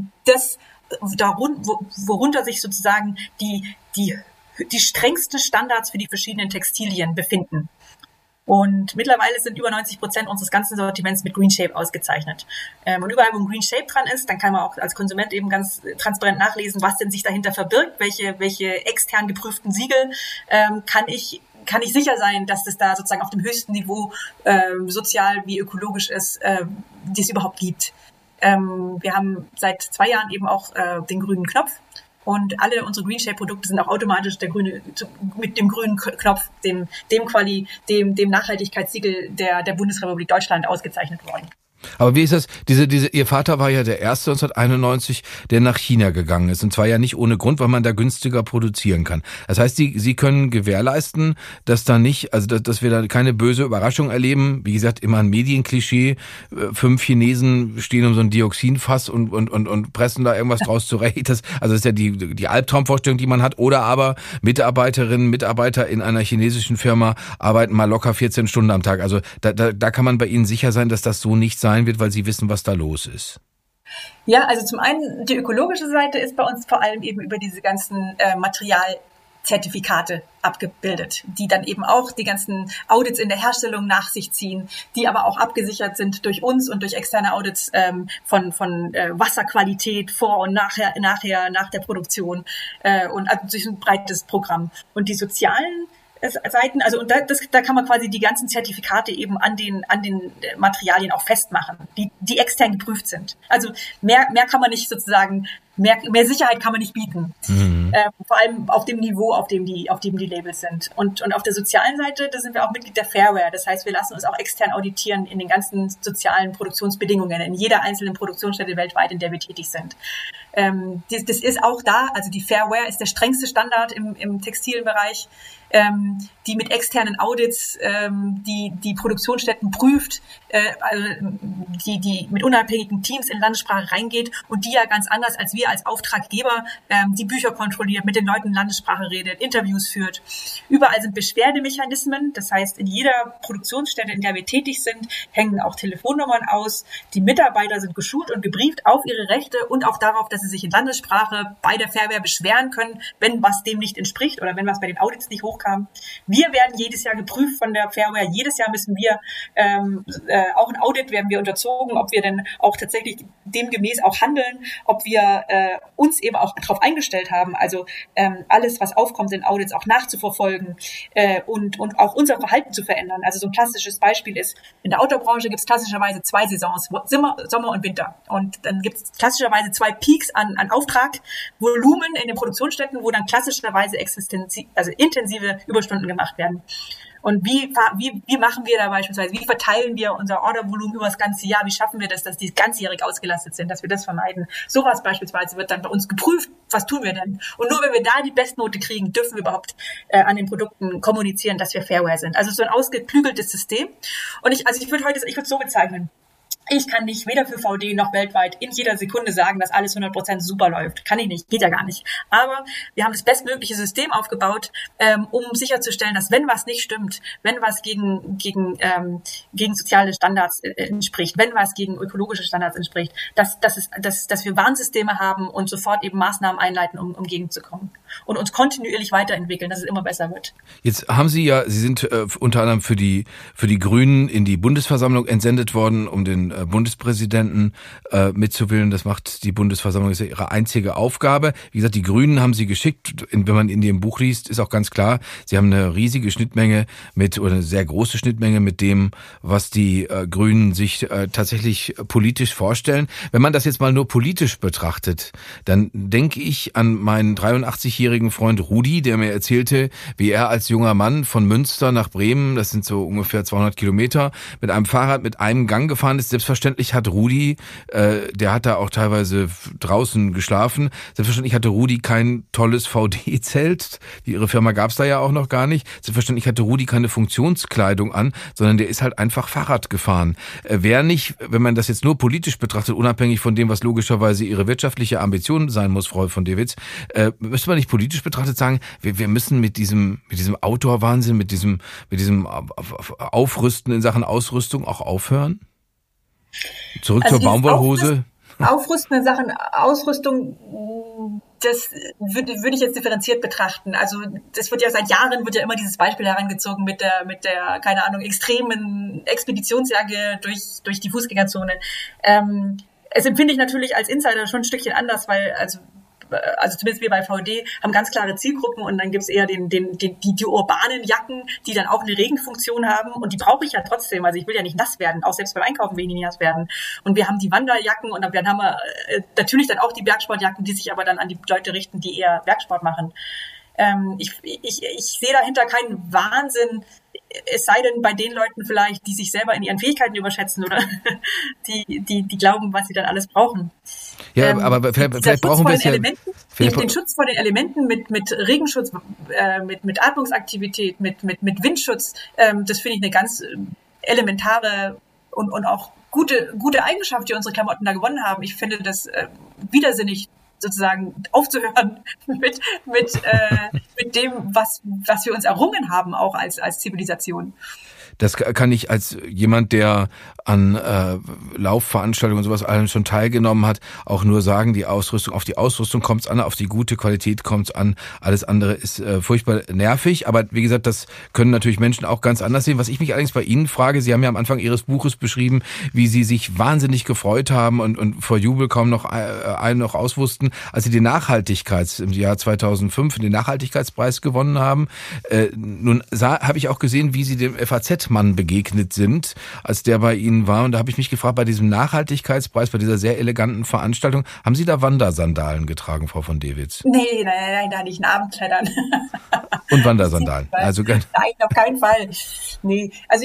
worunter sich sozusagen die strengsten Standards für die verschiedenen Textilien befinden. Und mittlerweile sind über 90% unseres ganzen Sortiments mit Green Shape ausgezeichnet. Und überall, wo ein Green Shape dran ist, dann kann man auch als Konsument eben ganz transparent nachlesen, was denn sich dahinter verbirgt, welche extern geprüften Siegel kann ich sicher sein, dass das da sozusagen auf dem höchsten Niveau sozial wie ökologisch ist, die es überhaupt gibt. Wir haben seit 2 Jahren eben auch den grünen Knopf. Und alle unsere Green Shape Produkte sind auch automatisch mit dem grünen Knopf, dem Nachhaltigkeitssiegel der Bundesrepublik Deutschland ausgezeichnet worden. Aber wie ist das? Ihr Vater war ja der erste 1991, der nach China gegangen ist. Und zwar ja nicht ohne Grund, weil man da günstiger produzieren kann. Das heißt, Sie können gewährleisten, dass da nicht, also dass wir da keine böse Überraschung erleben. Wie gesagt, immer ein Medienklischee. 5 Chinesen stehen um so ein Dioxinfass und pressen da irgendwas draus zurecht. Das ist ja die Albtraumvorstellung, die man hat. Oder aber Mitarbeiterinnen, Mitarbeiter in einer chinesischen Firma arbeiten mal locker 14 Stunden am Tag. Also da kann man bei Ihnen sicher sein, dass das so nicht sein wird, weil Sie wissen, was da los ist. Ja, also zum einen, die ökologische Seite ist bei uns vor allem eben über diese ganzen Zertifikate abgebildet, die dann eben auch die ganzen Audits in der Herstellung nach sich ziehen, die aber auch abgesichert sind durch uns und durch externe Audits von Wasserqualität vor und nachher nach der Produktion und also durch ein breites Programm. Und die sozialen Seiten, also und da kann man quasi die ganzen Zertifikate eben an den Materialien auch festmachen, die extern geprüft sind. Also mehr kann man nicht sozusagen, mehr Sicherheit kann man nicht bieten. Mhm. Vor allem auf dem Niveau, auf dem die Labels sind. Und auf der sozialen Seite, da sind wir auch Mitglied der Fairware. Das heißt, wir lassen uns auch extern auditieren in den ganzen sozialen Produktionsbedingungen, in jeder einzelnen Produktionsstätte weltweit, in der wir tätig sind. Das ist auch da, also die Fairware ist der strengste Standard im textilen Bereich, die mit externen Audits die Produktionsstätten prüft, also die mit unabhängigen Teams in Landessprache reingeht und die ja ganz anders als wir als Auftraggeber die Bücher kontrolliert, mit den Leuten in Landessprache redet, Interviews führt. Überall sind Beschwerdemechanismen, das heißt, in jeder Produktionsstätte, in der wir tätig sind, hängen auch Telefonnummern aus. Die Mitarbeiter sind geschult und gebrieft auf ihre Rechte und auch darauf, dass sie sich in Landessprache bei der Fairware beschweren können, wenn was dem nicht entspricht oder wenn was bei den Audits nicht hochkam. Wir werden jedes Jahr geprüft von der Fairware. Jedes Jahr müssen wir auch ein Audit werden wir unterzogen, ob wir denn auch tatsächlich demgemäß auch handeln, ob wir uns eben auch darauf eingestellt haben, also alles, was aufkommt in Audits auch nachzuverfolgen und auch unser Verhalten zu verändern. Also so ein klassisches Beispiel ist, in der Outdoor-Branche gibt es klassischerweise 2 Saisons, Sommer und Winter. Und dann gibt es klassischerweise 2 Peaks an Auftragvolumen in den Produktionsstätten, wo dann klassischerweise intensive Überstunden gemacht werden. Und wie machen wir da beispielsweise, wie verteilen wir unser Ordervolumen über das ganze Jahr, wie schaffen wir das, dass die ganzjährig ausgelastet sind, dass wir das vermeiden. Sowas beispielsweise wird dann bei uns geprüft, was tun wir denn? Und nur wenn wir da die Bestnote kriegen, dürfen wir überhaupt an den Produkten kommunizieren, dass wir Fairware sind. Also so ein ausgeklügeltes System. Und ich würde es so bezeichnen. Ich kann nicht weder für VD noch weltweit in jeder Sekunde sagen, dass alles 100% super läuft. Kann ich nicht, geht ja gar nicht. Aber wir haben das bestmögliche System aufgebaut, um sicherzustellen, dass wenn was nicht stimmt, wenn was gegen soziale Standards entspricht, wenn was gegen ökologische Standards entspricht, dass wir Warnsysteme haben und sofort eben Maßnahmen einleiten, um gegenzukommen. Und uns kontinuierlich weiterentwickeln, dass es immer besser wird. Jetzt haben Sie sind unter anderem für die Grünen in die Bundesversammlung entsendet worden, um den Bundespräsidenten mitzuwählen. Das macht die Bundesversammlung, ist ja ihre einzige Aufgabe. Wie gesagt, die Grünen haben Sie geschickt. Wenn man in Ihrem Buch liest, ist auch ganz klar, Sie haben eine riesige Schnittmenge oder eine sehr große Schnittmenge mit dem, was die Grünen sich tatsächlich politisch vorstellen. Wenn man das jetzt mal nur politisch betrachtet, dann denke ich an meinen 83-jährigen Freund Rudi, der mir erzählte, wie er als junger Mann von Münster nach Bremen, das sind so ungefähr 200 Kilometer, mit einem Fahrrad mit einem Gang gefahren ist. Selbstverständlich hat Rudi, der hat da auch teilweise draußen geschlafen, selbstverständlich hatte Rudi kein tolles VD-Zelt, ihre Firma gab's da ja auch noch gar nicht, selbstverständlich hatte Rudi keine Funktionskleidung an, sondern der ist halt einfach Fahrrad gefahren. Wäre nicht, wenn man das jetzt nur politisch betrachtet, unabhängig von dem, was logischerweise ihre wirtschaftliche Ambition sein muss, Frau von Dewitz, müsste man nicht politisch betrachtet sagen, wir müssen mit diesem Outdoor-Wahnsinn, mit diesem Aufrüsten in Sachen Ausrüstung auch aufhören? Zurück zur Baumwollhose. Aufrüsten in Sachen Ausrüstung, das würde ich jetzt differenziert betrachten. Also das wird ja seit Jahren immer dieses Beispiel herangezogen mit der keine Ahnung extremen Expeditionsjacke durch die Fußgängerzone. Es empfinde ich natürlich als Insider schon ein Stückchen anders, weil also zumindest wir bei VD haben ganz klare Zielgruppen und dann gibt's eher die urbanen Jacken, die dann auch eine Regenfunktion haben und die brauche ich ja trotzdem, also ich will ja nicht nass werden, auch selbst beim Einkaufen will ich nicht nass werden. Und wir haben die Wanderjacken und dann haben wir natürlich dann auch die Bergsportjacken, die sich aber dann an die Leute richten, die eher Bergsport machen. Ich sehe dahinter keinen Wahnsinn, es sei denn bei den Leuten vielleicht, die sich selber in ihren Fähigkeiten überschätzen oder die glauben, was sie dann alles brauchen. Ja, aber vielleicht brauchen wir es ja... Den Schutz vor den Elementen mit Regenschutz, mit Atmungsaktivität, mit Windschutz, das finde ich eine ganz elementare und auch gute Eigenschaft, die unsere Klamotten da gewonnen haben. Ich finde das widersinnig, sozusagen aufzuhören mit dem, was wir uns errungen haben, auch als Zivilisation. Das kann ich als jemand, der an Laufveranstaltungen und sowas allem schon teilgenommen hat, auch nur sagen, auf die Ausrüstung kommt es an, auf die gute Qualität kommt es an. Alles andere ist furchtbar nervig. Aber wie gesagt, das können natürlich Menschen auch ganz anders sehen. Was ich mich allerdings bei Ihnen frage, Sie haben ja am Anfang Ihres Buches beschrieben, wie Sie sich wahnsinnig gefreut haben und vor Jubel kaum noch auswussten, als Sie im Jahr 2005 den Nachhaltigkeitspreis gewonnen haben. Nun habe ich auch gesehen, wie Sie dem FAZ-Mann begegnet sind, als der bei Ihnen war. Und da habe ich mich gefragt, bei diesem Nachhaltigkeitspreis, bei dieser sehr eleganten Veranstaltung, haben Sie da Wandersandalen getragen, Frau von Dewitz? Nee, nein, da nicht, ein Abendklettern. Und Wandersandalen. Also nein, auf keinen Fall. Nee, also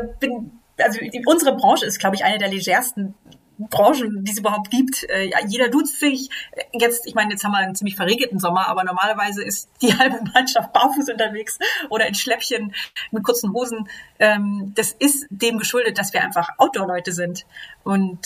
unsere Branche ist, glaube ich, eine der legersten Branchen, die es überhaupt gibt. Jeder duzt sich. Jetzt haben wir einen ziemlich verregneten Sommer, aber normalerweise ist die halbe Mannschaft barfuß unterwegs oder in Schläppchen mit kurzen Hosen. Das ist dem geschuldet, dass wir einfach Outdoor-Leute sind. Und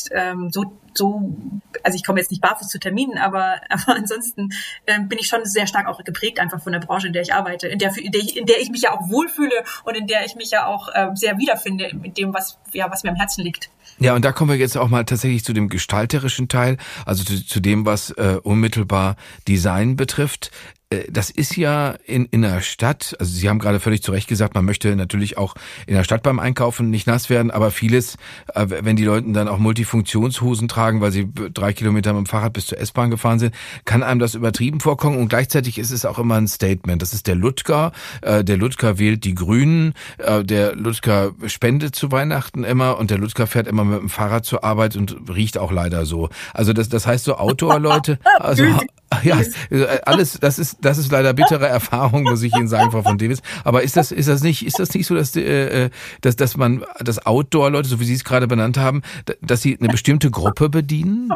also ich komme jetzt nicht barfuß zu Terminen, aber ansonsten bin ich schon sehr stark auch geprägt einfach von der Branche, in der ich arbeite, in der ich mich ja auch wohlfühle und in der ich mich ja auch sehr wiederfinde mit dem, was mir am Herzen liegt. Ja, und da kommen wir jetzt auch mal tatsächlich zu dem gestalterischen Teil, also zu dem, was unmittelbar Design betrifft. Das ist ja in der Stadt, also Sie haben gerade völlig zu Recht gesagt, man möchte natürlich auch in der Stadt beim Einkaufen nicht nass werden, aber vieles, wenn die Leute dann auch Multifunktionshosen tragen, weil sie 3 Kilometer mit dem Fahrrad bis zur S-Bahn gefahren sind, kann einem das übertrieben vorkommen und gleichzeitig ist es auch immer ein Statement. Das ist der Ludger wählt die Grünen, der Ludger spendet zu Weihnachten immer und der Ludger fährt immer mit dem Fahrrad zur Arbeit und riecht auch leider so. Also das heißt so Outdoor-Leute, also ja, alles, das ist leider bittere Erfahrung, muss ich Ihnen sagen, Frau von Dewitz. Aber ist das nicht so, dass man das Outdoor-Leute, so wie Sie es gerade benannt haben, dass sie eine bestimmte Gruppe bedienen?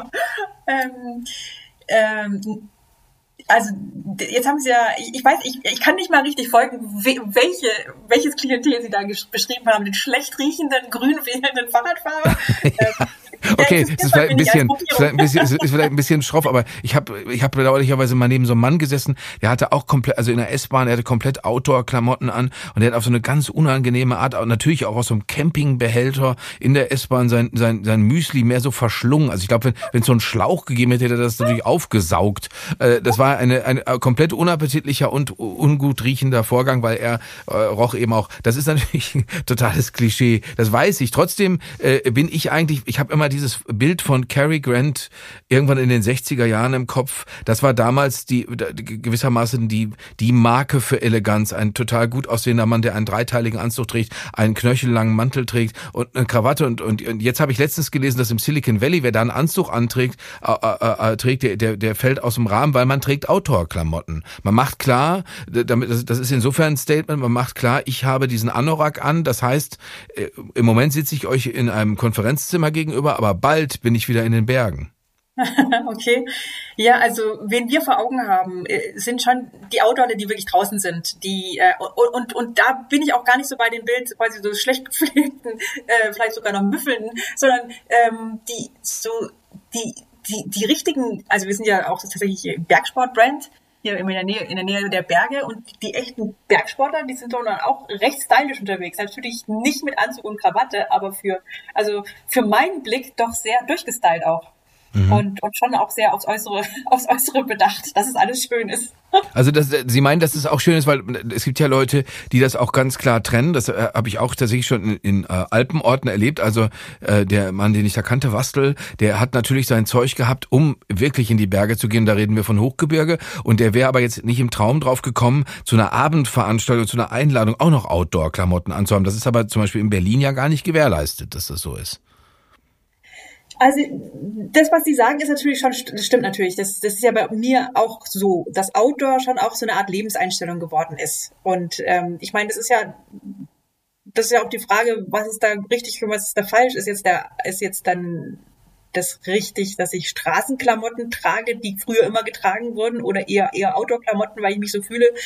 Also jetzt haben Sie ja, ich weiß, ich kann nicht mal richtig folgen, welches Klientel Sie da beschrieben haben, den schlecht riechenden, grün wählenden Fahrradfahrer. Okay, es ist vielleicht ein bisschen schroff, aber ich habe bedauerlicherweise mal neben so einem Mann gesessen, der hatte auch komplett, also in der S-Bahn, er hatte komplett Outdoor-Klamotten an und der hat auf so eine ganz unangenehme Art, natürlich auch aus so einem Campingbehälter in der S-Bahn sein Müsli mehr so verschlungen. Also ich glaube, wenn es so einen Schlauch gegeben hätte, hätte er das natürlich aufgesaugt. Das war ein komplett unappetitlicher und ungut riechender Vorgang, weil er roch eben auch. Das ist natürlich ein totales Klischee, das weiß ich. Trotzdem bin ich eigentlich, ich habe immer dieses Bild von Cary Grant irgendwann in den 60er Jahren im Kopf. Das war damals gewissermaßen die Marke für Eleganz. Ein total gut aussehender Mann, der einen dreiteiligen Anzug trägt, einen knöchellangen Mantel trägt und eine Krawatte. Und jetzt habe ich letztens gelesen, dass im Silicon Valley, wer da einen Anzug anträgt, der fällt aus dem Rahmen, weil man trägt Outdoor-Klamotten. Man macht klar, das ist insofern ein Statement, man macht klar, ich habe diesen Anorak an. Das heißt, im Moment sitze ich euch in einem Konferenzzimmer gegenüber, aber bald bin ich wieder in den Bergen. Okay. Ja, also wen wir vor Augen haben, sind schon die Outdoor, die wirklich draußen sind. Die und da bin ich auch gar nicht so bei dem Bild, quasi so schlecht gepflegten, vielleicht sogar noch Müffeln, sondern die richtigen, also wir sind ja auch tatsächlich Bergsport-Brand hier in der Nähe der Berge und die echten Bergsportler, die sind doch dann auch recht stylisch unterwegs. Natürlich nicht mit Anzug und Krawatte, aber für meinen Blick doch sehr durchgestylt auch. Und schon auch sehr aufs Äußere bedacht, dass es alles schön ist. Also Sie meinen, dass es auch schön ist, weil es gibt ja Leute, die das auch ganz klar trennen. Das habe ich auch tatsächlich schon in Alpenorten erlebt. Also der Mann, den ich da kannte, Wastel, der hat natürlich sein Zeug gehabt, um wirklich in die Berge zu gehen. Da reden wir von Hochgebirge. Und der wäre aber jetzt nicht im Traum drauf gekommen, zu einer Abendveranstaltung, zu einer Einladung auch noch Outdoor-Klamotten anzuhaben. Das ist aber zum Beispiel in Berlin ja gar nicht gewährleistet, dass das so ist. Also das, was Sie sagen, ist natürlich schon, das stimmt natürlich. Das ist ja bei mir auch so, dass Outdoor schon auch so eine Art Lebenseinstellung geworden ist. Und ich meine, das ist ja auch die Frage, was ist da richtig und was ist da falsch? Ist jetzt dann das richtig, dass ich Straßenklamotten trage, die früher immer getragen wurden, oder eher Outdoor-Klamotten, weil ich mich so fühle?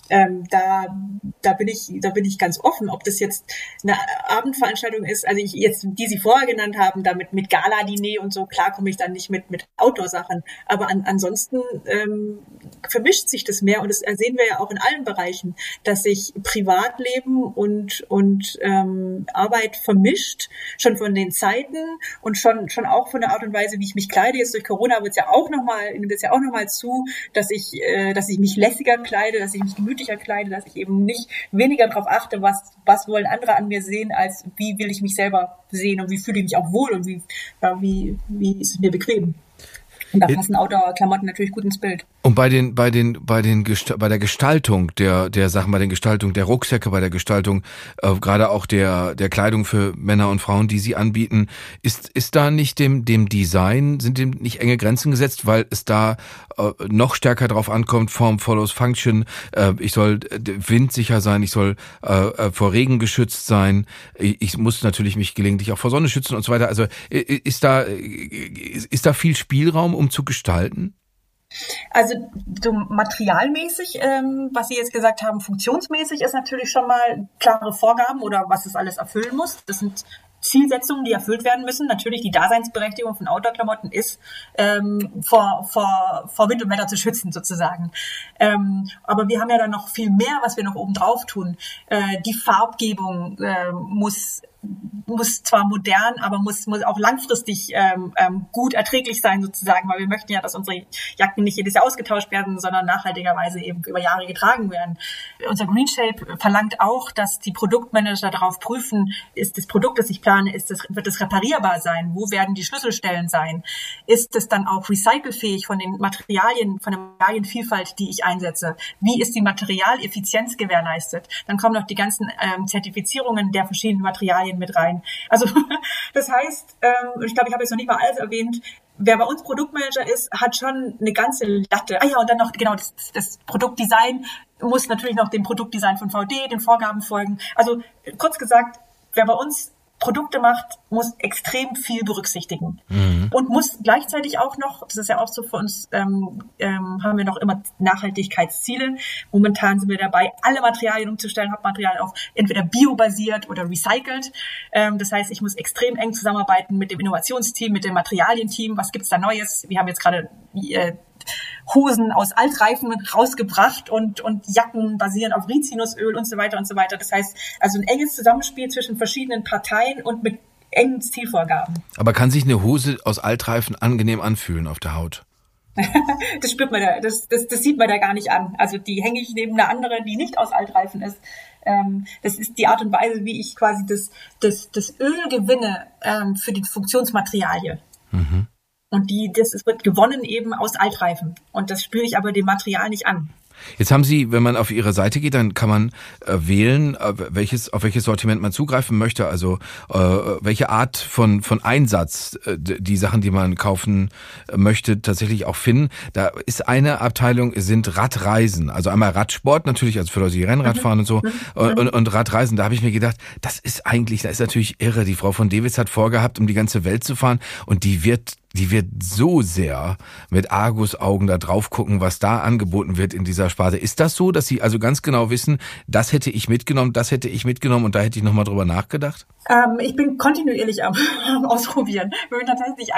Da bin ich ganz offen, ob das jetzt eine Abendveranstaltung ist, also die Sie vorher genannt haben, damit mit Gala-Diner und so, klar komme ich dann nicht mit Outdoor-Sachen, aber ansonsten vermischt sich das mehr und das sehen wir ja auch in allen Bereichen, dass sich Privatleben und Arbeit vermischt, schon von den Zeiten und schon auch von der Art und Weise, wie ich mich kleide. Jetzt durch Corona nimmt es ja auch noch mal zu, dass ich mich lässiger kleide, dass ich mich gemütlicher kleide, dass ich eben nicht weniger darauf achte, was wollen andere an mir sehen, als wie will ich mich selber sehen und wie fühle ich mich auch wohl und wie ist es mir bequem. Und da passen Outdoor-Klamotten natürlich gut ins Bild. Und bei der Gestaltung der Sachen, bei der Gestaltung der Rucksäcke, bei der Gestaltung gerade auch der Kleidung für Männer und Frauen, die Sie anbieten, ist da nicht dem Design, sind dem nicht enge Grenzen gesetzt, weil es da noch stärker drauf ankommt, Form follows Function, ich soll windsicher sein, ich soll vor Regen geschützt sein, ich muss natürlich mich gelegentlich auch vor Sonne schützen und so weiter. Also ist da viel Spielraum, um zu gestalten? Also so materialmäßig, was Sie jetzt gesagt haben, funktionsmäßig ist natürlich schon mal klare Vorgaben oder was es alles erfüllen muss. Das sind Zielsetzungen, die erfüllt werden müssen. Natürlich die Daseinsberechtigung von Outdoor-Klamotten ist, vor Wind und Wetter zu schützen sozusagen. Aber wir haben ja dann noch viel mehr, was wir noch oben drauf tun. Die Farbgebung muss zwar modern, aber muss auch langfristig gut erträglich sein sozusagen, weil wir möchten ja, dass unsere Jacken nicht jedes Jahr ausgetauscht werden, sondern nachhaltigerweise eben über Jahre getragen werden. Unser Green Shape verlangt auch, dass die Produktmanager darauf prüfen, ist das Produkt, das ich plane, wird es reparierbar sein? Wo werden die Schlüsselstellen sein? Ist es dann auch recycelfähig von den Materialien, von der Materialienvielfalt, die ich einsetze? Wie ist die Materialeffizienz gewährleistet? Dann kommen noch die ganzen Zertifizierungen der verschiedenen Materialien mit rein. Also das heißt, ich glaube, ich habe jetzt noch nicht mal alles erwähnt, wer bei uns Produktmanager ist, hat schon eine ganze Latte. Und dann noch genau das Produktdesign muss natürlich noch dem Produktdesign von VD, den Vorgaben folgen. Also kurz gesagt, wer bei uns Produkte macht, muss extrem viel berücksichtigen. Und muss gleichzeitig auch noch, das ist ja auch so für uns, haben wir noch immer Nachhaltigkeitsziele. Momentan sind wir dabei, alle Materialien umzustellen, Hauptmaterialien auf entweder biobasiert oder recycelt. Das heißt, ich muss extrem eng zusammenarbeiten mit dem Innovationsteam, mit dem Materialienteam. Was gibt's da Neues? Wir haben jetzt gerade Hosen aus Altreifen rausgebracht und Jacken basieren auf Rizinusöl und so weiter und so weiter. Das heißt, also ein enges Zusammenspiel zwischen verschiedenen Parteien und mit engen Zielvorgaben. Aber kann sich eine Hose aus Altreifen angenehm anfühlen auf der Haut? Das spürt man da, das sieht man da gar nicht an. Also die hänge ich neben einer anderen, die nicht aus Altreifen ist. Das ist die Art und Weise, wie ich quasi das Öl gewinne für die Funktionsmaterialie. Mhm. Und es wird gewonnen eben aus Altreifen. Und das spüre ich aber dem Material nicht an. Jetzt haben Sie, wenn man auf Ihre Seite geht, dann kann man wählen, auf welches Sortiment man zugreifen möchte, also welche Art von Einsatz die Sachen, die man kaufen möchte, tatsächlich auch finden. Da ist eine Abteilung, sind Radreisen, also einmal Radsport natürlich, also für Leute, die Rennrad fahren und so, und Radreisen. Da habe ich mir gedacht, das ist natürlich irre. Die Frau von Dewitz hat vorgehabt, um die ganze Welt zu fahren, und die wird so sehr mit Argusaugen da drauf gucken, was da angeboten wird in dieser Sparte. Ist das so, dass Sie also ganz genau wissen, das hätte ich mitgenommen und da hätte ich nochmal drüber nachgedacht? Ich bin kontinuierlich am Ausprobieren. Ich bin tatsächlich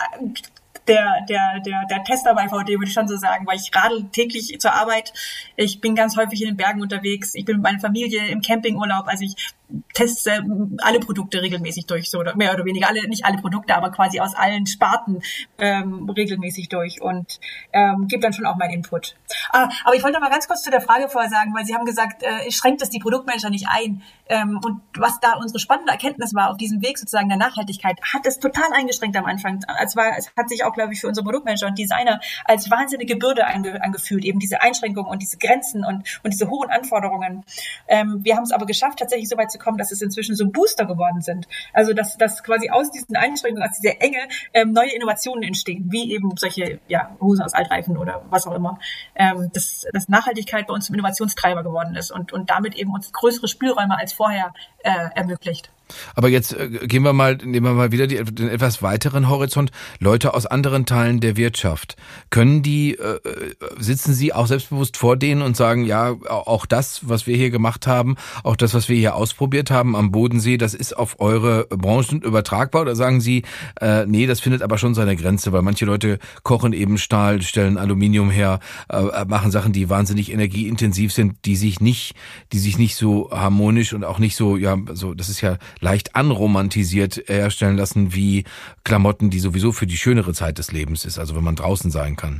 der Tester bei VD, würde ich schon so sagen, weil ich radel täglich zur Arbeit. Ich bin ganz häufig in den Bergen unterwegs. Ich bin mit meiner Familie im Campingurlaub. Also ich teste alle Produkte regelmäßig durch, so mehr oder weniger nicht alle Produkte, aber quasi aus allen Sparten regelmäßig durch und gebe dann schon auch meinen Input. Aber ich wollte noch mal ganz kurz zu der Frage vorher sagen, weil Sie haben gesagt, schränkt es die Produktmanager nicht ein? Und was da unsere spannende Erkenntnis war auf diesem Weg sozusagen der Nachhaltigkeit, hat es total eingeschränkt am Anfang. Es hat sich auch, glaube ich, für unsere Produktmanager und Designer als wahnsinnige Bürde angefühlt, eben diese Einschränkungen und diese Grenzen und diese hohen Anforderungen. Wir haben es aber geschafft, tatsächlich so weit zu kommen, dass es inzwischen so Booster geworden sind. Also dass quasi aus diesen Einschränkungen, aus dieser Enge neue Innovationen entstehen, wie eben solche Hosen aus Altreifen oder was auch immer. Dass Nachhaltigkeit bei uns zum Innovationstreiber geworden ist und damit eben uns größere Spielräume als vorher ermöglicht. Aber jetzt nehmen wir mal wieder den etwas weiteren Horizont. Leute aus anderen Teilen der Wirtschaft. Sitzen Sie auch selbstbewusst vor denen und sagen, ja, auch das, was wir hier gemacht haben, auch das, was wir hier ausprobiert haben am Bodensee, das ist auf eure Branchen übertragbar? Oder sagen Sie, nee, das findet aber schon seine Grenze, weil manche Leute kochen eben Stahl, stellen Aluminium her, machen Sachen, die wahnsinnig energieintensiv sind, die sich nicht so harmonisch und auch nicht so, das ist ja leicht anromantisiert herstellen lassen wie Klamotten, die sowieso für die schönere Zeit des Lebens ist, also wenn man draußen sein kann.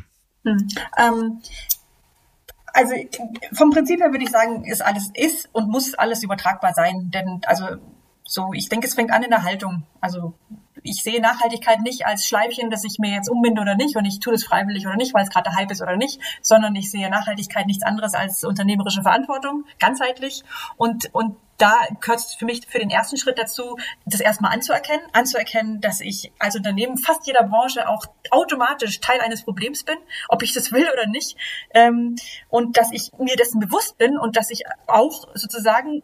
Also vom Prinzip her würde ich sagen, ist und muss alles übertragbar sein, denn ich denke, es fängt an in der Haltung. Also ich sehe Nachhaltigkeit nicht als Schleifchen, dass ich mir jetzt umbinde oder nicht und ich tue das freiwillig oder nicht, weil es gerade der Hype ist oder nicht, sondern ich sehe Nachhaltigkeit nichts anderes als unternehmerische Verantwortung, ganzheitlich und da gehört es für mich für den ersten Schritt dazu, das erstmal anzuerkennen, dass ich als Unternehmen fast jeder Branche auch automatisch Teil eines Problems bin, ob ich das will oder nicht, und dass ich mir dessen bewusst bin und dass ich auch sozusagen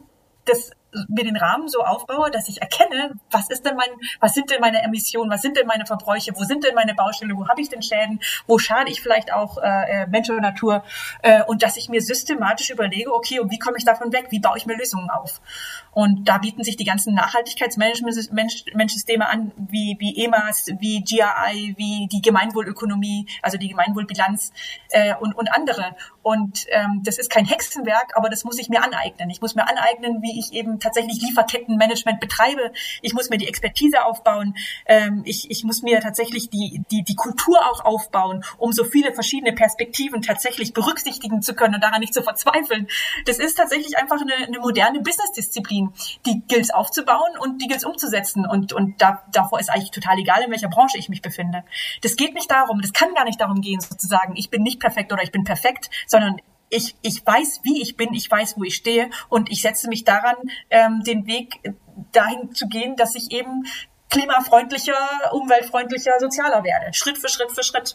mir den Rahmen so aufbaue, dass ich erkenne, was sind denn meine Emissionen, was sind denn meine Verbräuche, wo sind denn meine Baustelle, wo habe ich denn Schäden, wo schade ich vielleicht auch Mensch oder Natur, und dass ich mir systematisch überlege, okay, und wie komme ich davon weg, wie baue ich mir Lösungen auf? Und da bieten sich die ganzen Nachhaltigkeitsmanagementsysteme an, wie EMAS, wie GRI, wie die Gemeinwohlökonomie, also die Gemeinwohlbilanz und andere. Und das ist kein Hexenwerk, aber das muss ich mir aneignen. Ich muss mir aneignen, wie ich eben tatsächlich Lieferkettenmanagement betreibe. Ich muss mir die Expertise aufbauen. Ich muss mir tatsächlich die Kultur auch aufbauen, um so viele verschiedene Perspektiven tatsächlich berücksichtigen zu können und daran nicht zu verzweifeln. Das ist tatsächlich einfach eine moderne Business-Disziplin. Die gilt es aufzubauen und die gilt es umzusetzen. Und davor ist eigentlich total egal, in welcher Branche ich mich befinde. Das geht nicht darum, das kann gar nicht darum gehen, sozusagen, ich bin nicht perfekt oder ich bin perfekt, sondern ich weiß, wie ich bin, ich weiß, wo ich stehe und ich setze mich daran, den Weg dahin zu gehen, dass ich eben klimafreundlicher, umweltfreundlicher, sozialer werde. Schritt für Schritt für Schritt.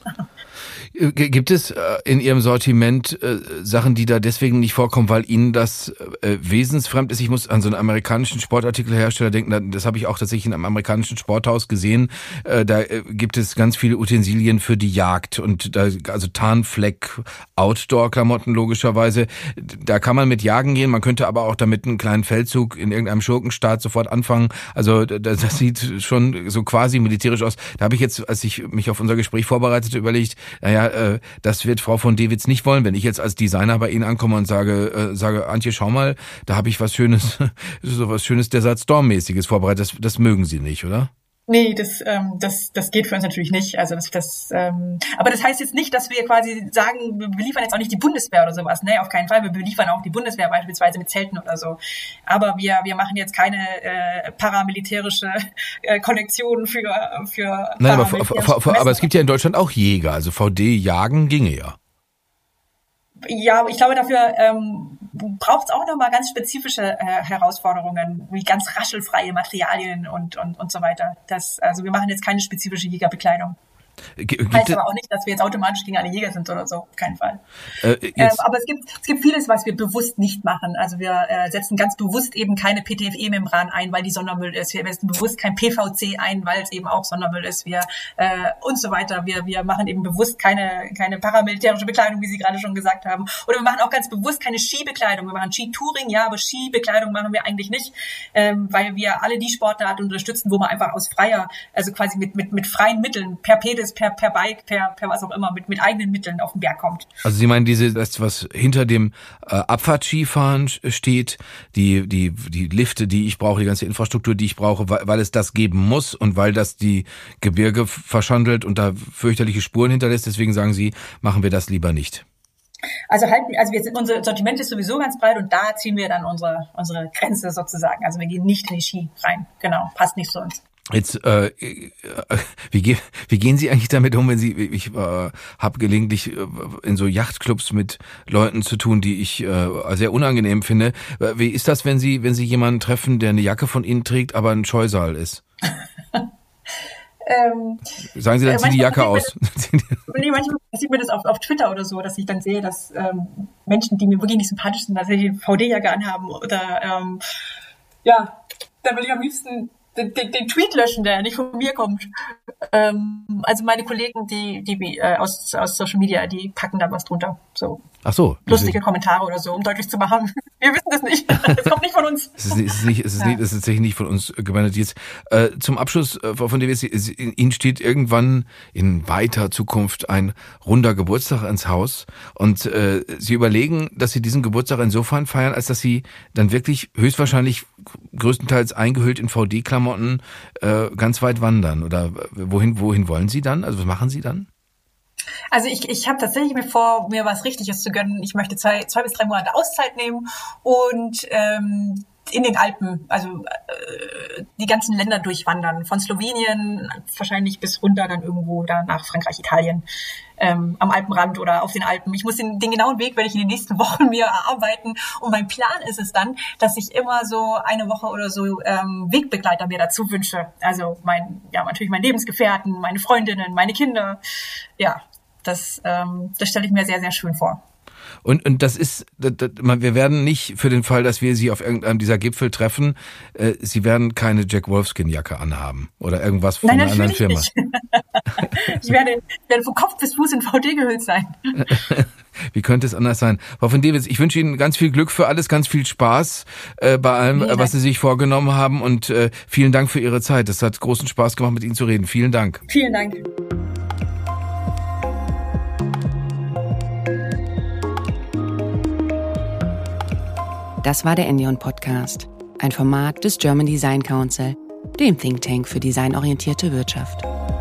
Gibt es in Ihrem Sortiment Sachen, die da deswegen nicht vorkommen, weil Ihnen das wesensfremd ist? Ich muss an so einen amerikanischen Sportartikelhersteller denken, das habe ich auch tatsächlich in einem amerikanischen Sporthaus gesehen. Da gibt es ganz viele Utensilien für die Jagd und also Tarnfleck, Outdoor-Klamotten logischerweise. Da kann man mit jagen gehen, man könnte aber auch damit einen kleinen Feldzug in irgendeinem Schurkenstaat sofort anfangen. Also das sieht schon so quasi militärisch aus. Da habe ich jetzt, als ich mich auf unser Gespräch vorbereitete, überlegt, das wird Frau von Dewitz nicht wollen, wenn ich jetzt als Designer bei Ihnen ankomme und sage, Antje, schau mal, da habe ich was Schönes, so was Schönes Desert Storm-mäßiges vorbereitet. Das mögen Sie nicht, oder? Nee, das geht für uns natürlich nicht. Also aber das heißt jetzt nicht, dass wir quasi sagen, wir beliefern jetzt auch nicht die Bundeswehr oder sowas. Nee, auf keinen Fall. Wir beliefern auch die Bundeswehr beispielsweise mit Zelten oder so. Aber wir machen jetzt keine paramilitärische Konnektionen für Nein, aber es gibt ja in Deutschland auch Jäger. Also VD jagen ginge ja. Ja, ich glaube, dafür braucht es auch nochmal ganz spezifische Herausforderungen, wie ganz raschelfreie Materialien und so weiter. Also wir machen jetzt keine spezifische Jägerbekleidung. Heißt aber auch nicht, dass wir jetzt automatisch gegen alle Jäger sind oder so, auf keinen Fall. Aber es gibt vieles, was wir bewusst nicht machen. Also wir setzen ganz bewusst eben keine PTFE-Membran ein, weil die Sondermüll ist. Wir setzen bewusst kein PVC ein, weil es eben auch Sondermüll ist. Und so weiter. Wir machen eben bewusst keine paramilitärische Bekleidung, wie Sie gerade schon gesagt haben. Oder wir machen auch ganz bewusst keine Skibekleidung. Wir machen Skitouring, ja, aber Skibekleidung machen wir eigentlich nicht, weil wir alle die Sportarten unterstützen, wo man einfach aus freier, also quasi mit freien Mitteln, per Pedis, per Bike, per was auch immer, mit eigenen Mitteln auf den Berg kommt. Also Sie meinen das, was hinter dem Abfahrtskifahren steht, die Lifte, die ich brauche, die ganze Infrastruktur, die ich brauche, weil es das geben muss und weil das die Gebirge verschandelt und da fürchterliche Spuren hinterlässt, deswegen sagen Sie, machen wir das lieber nicht. Also unser Sortiment ist sowieso ganz breit und da ziehen wir dann unsere Grenze sozusagen. Also wir gehen nicht in die Ski rein. Genau, passt nicht zu uns. Jetzt, wie gehen Sie eigentlich damit um, wenn ich habe gelegentlich in so Yachtclubs mit Leuten zu tun, die ich sehr unangenehm finde. Wie ist das, wenn Sie jemanden treffen, der eine Jacke von Ihnen trägt, aber ein Scheusal ist? Sagen Sie, dann zieh die Jacke aus. Manchmal passiert mir das auf Twitter oder so, dass ich dann sehe, dass Menschen, die mir wirklich nicht sympathisch sind, tatsächlich eine VD-Jacke anhaben oder Da will ich am liebsten den Tweet löschen, der nicht von mir kommt. Also meine Kollegen, die aus Social Media, die packen da was drunter. So. Ach so. Lustige Kommentare oder so, um deutlich zu machen. Wir wissen das nicht. Das kommt nicht von uns. Es ist tatsächlich nicht von uns gemeldet. Jetzt zum Abschluss, von dem Ihnen steht irgendwann in weiter Zukunft ein runder Geburtstag ins Haus und Sie überlegen, dass Sie diesen Geburtstag insofern feiern, als dass Sie dann wirklich höchstwahrscheinlich größtenteils eingehüllt in VD-Klamotten ganz weit wandern. Oder wohin wollen Sie dann? Also was machen Sie dann? Also ich habe tatsächlich mir vor, mir was Richtiges zu gönnen. Ich möchte 2 bis 3 Monate Auszeit nehmen und in den Alpen, also die ganzen Länder durchwandern. Von Slowenien wahrscheinlich bis runter dann irgendwo da nach Frankreich, Italien, am Alpenrand oder auf den Alpen. Ich muss den genauen Weg werde ich in den nächsten Wochen mir erarbeiten. Und mein Plan ist es dann, dass ich immer so eine Woche oder so Wegbegleiter mir dazu wünsche. Also natürlich mein Lebensgefährten, meine Freundinnen, meine Kinder. Ja, das stelle ich mir sehr, sehr schön vor. Und wir werden nicht für den Fall, dass wir Sie auf irgendeinem dieser Gipfel treffen, Sie werden keine Jack Wolfskin-Jacke anhaben oder irgendwas von einer anderen Firma. Nicht. Ich werde von Kopf bis Fuß in VD gehüllt sein. Wie könnte es anders sein? Frau von Dewitz, ich wünsche Ihnen ganz viel Glück für alles, ganz viel Spaß bei allem, was Sie sich vorgenommen haben und vielen Dank für Ihre Zeit. Es hat großen Spaß gemacht, mit Ihnen zu reden. Vielen Dank. Vielen Dank. Das war der Endion Podcast, ein Format des German Design Council, dem Think Tank für designorientierte Wirtschaft.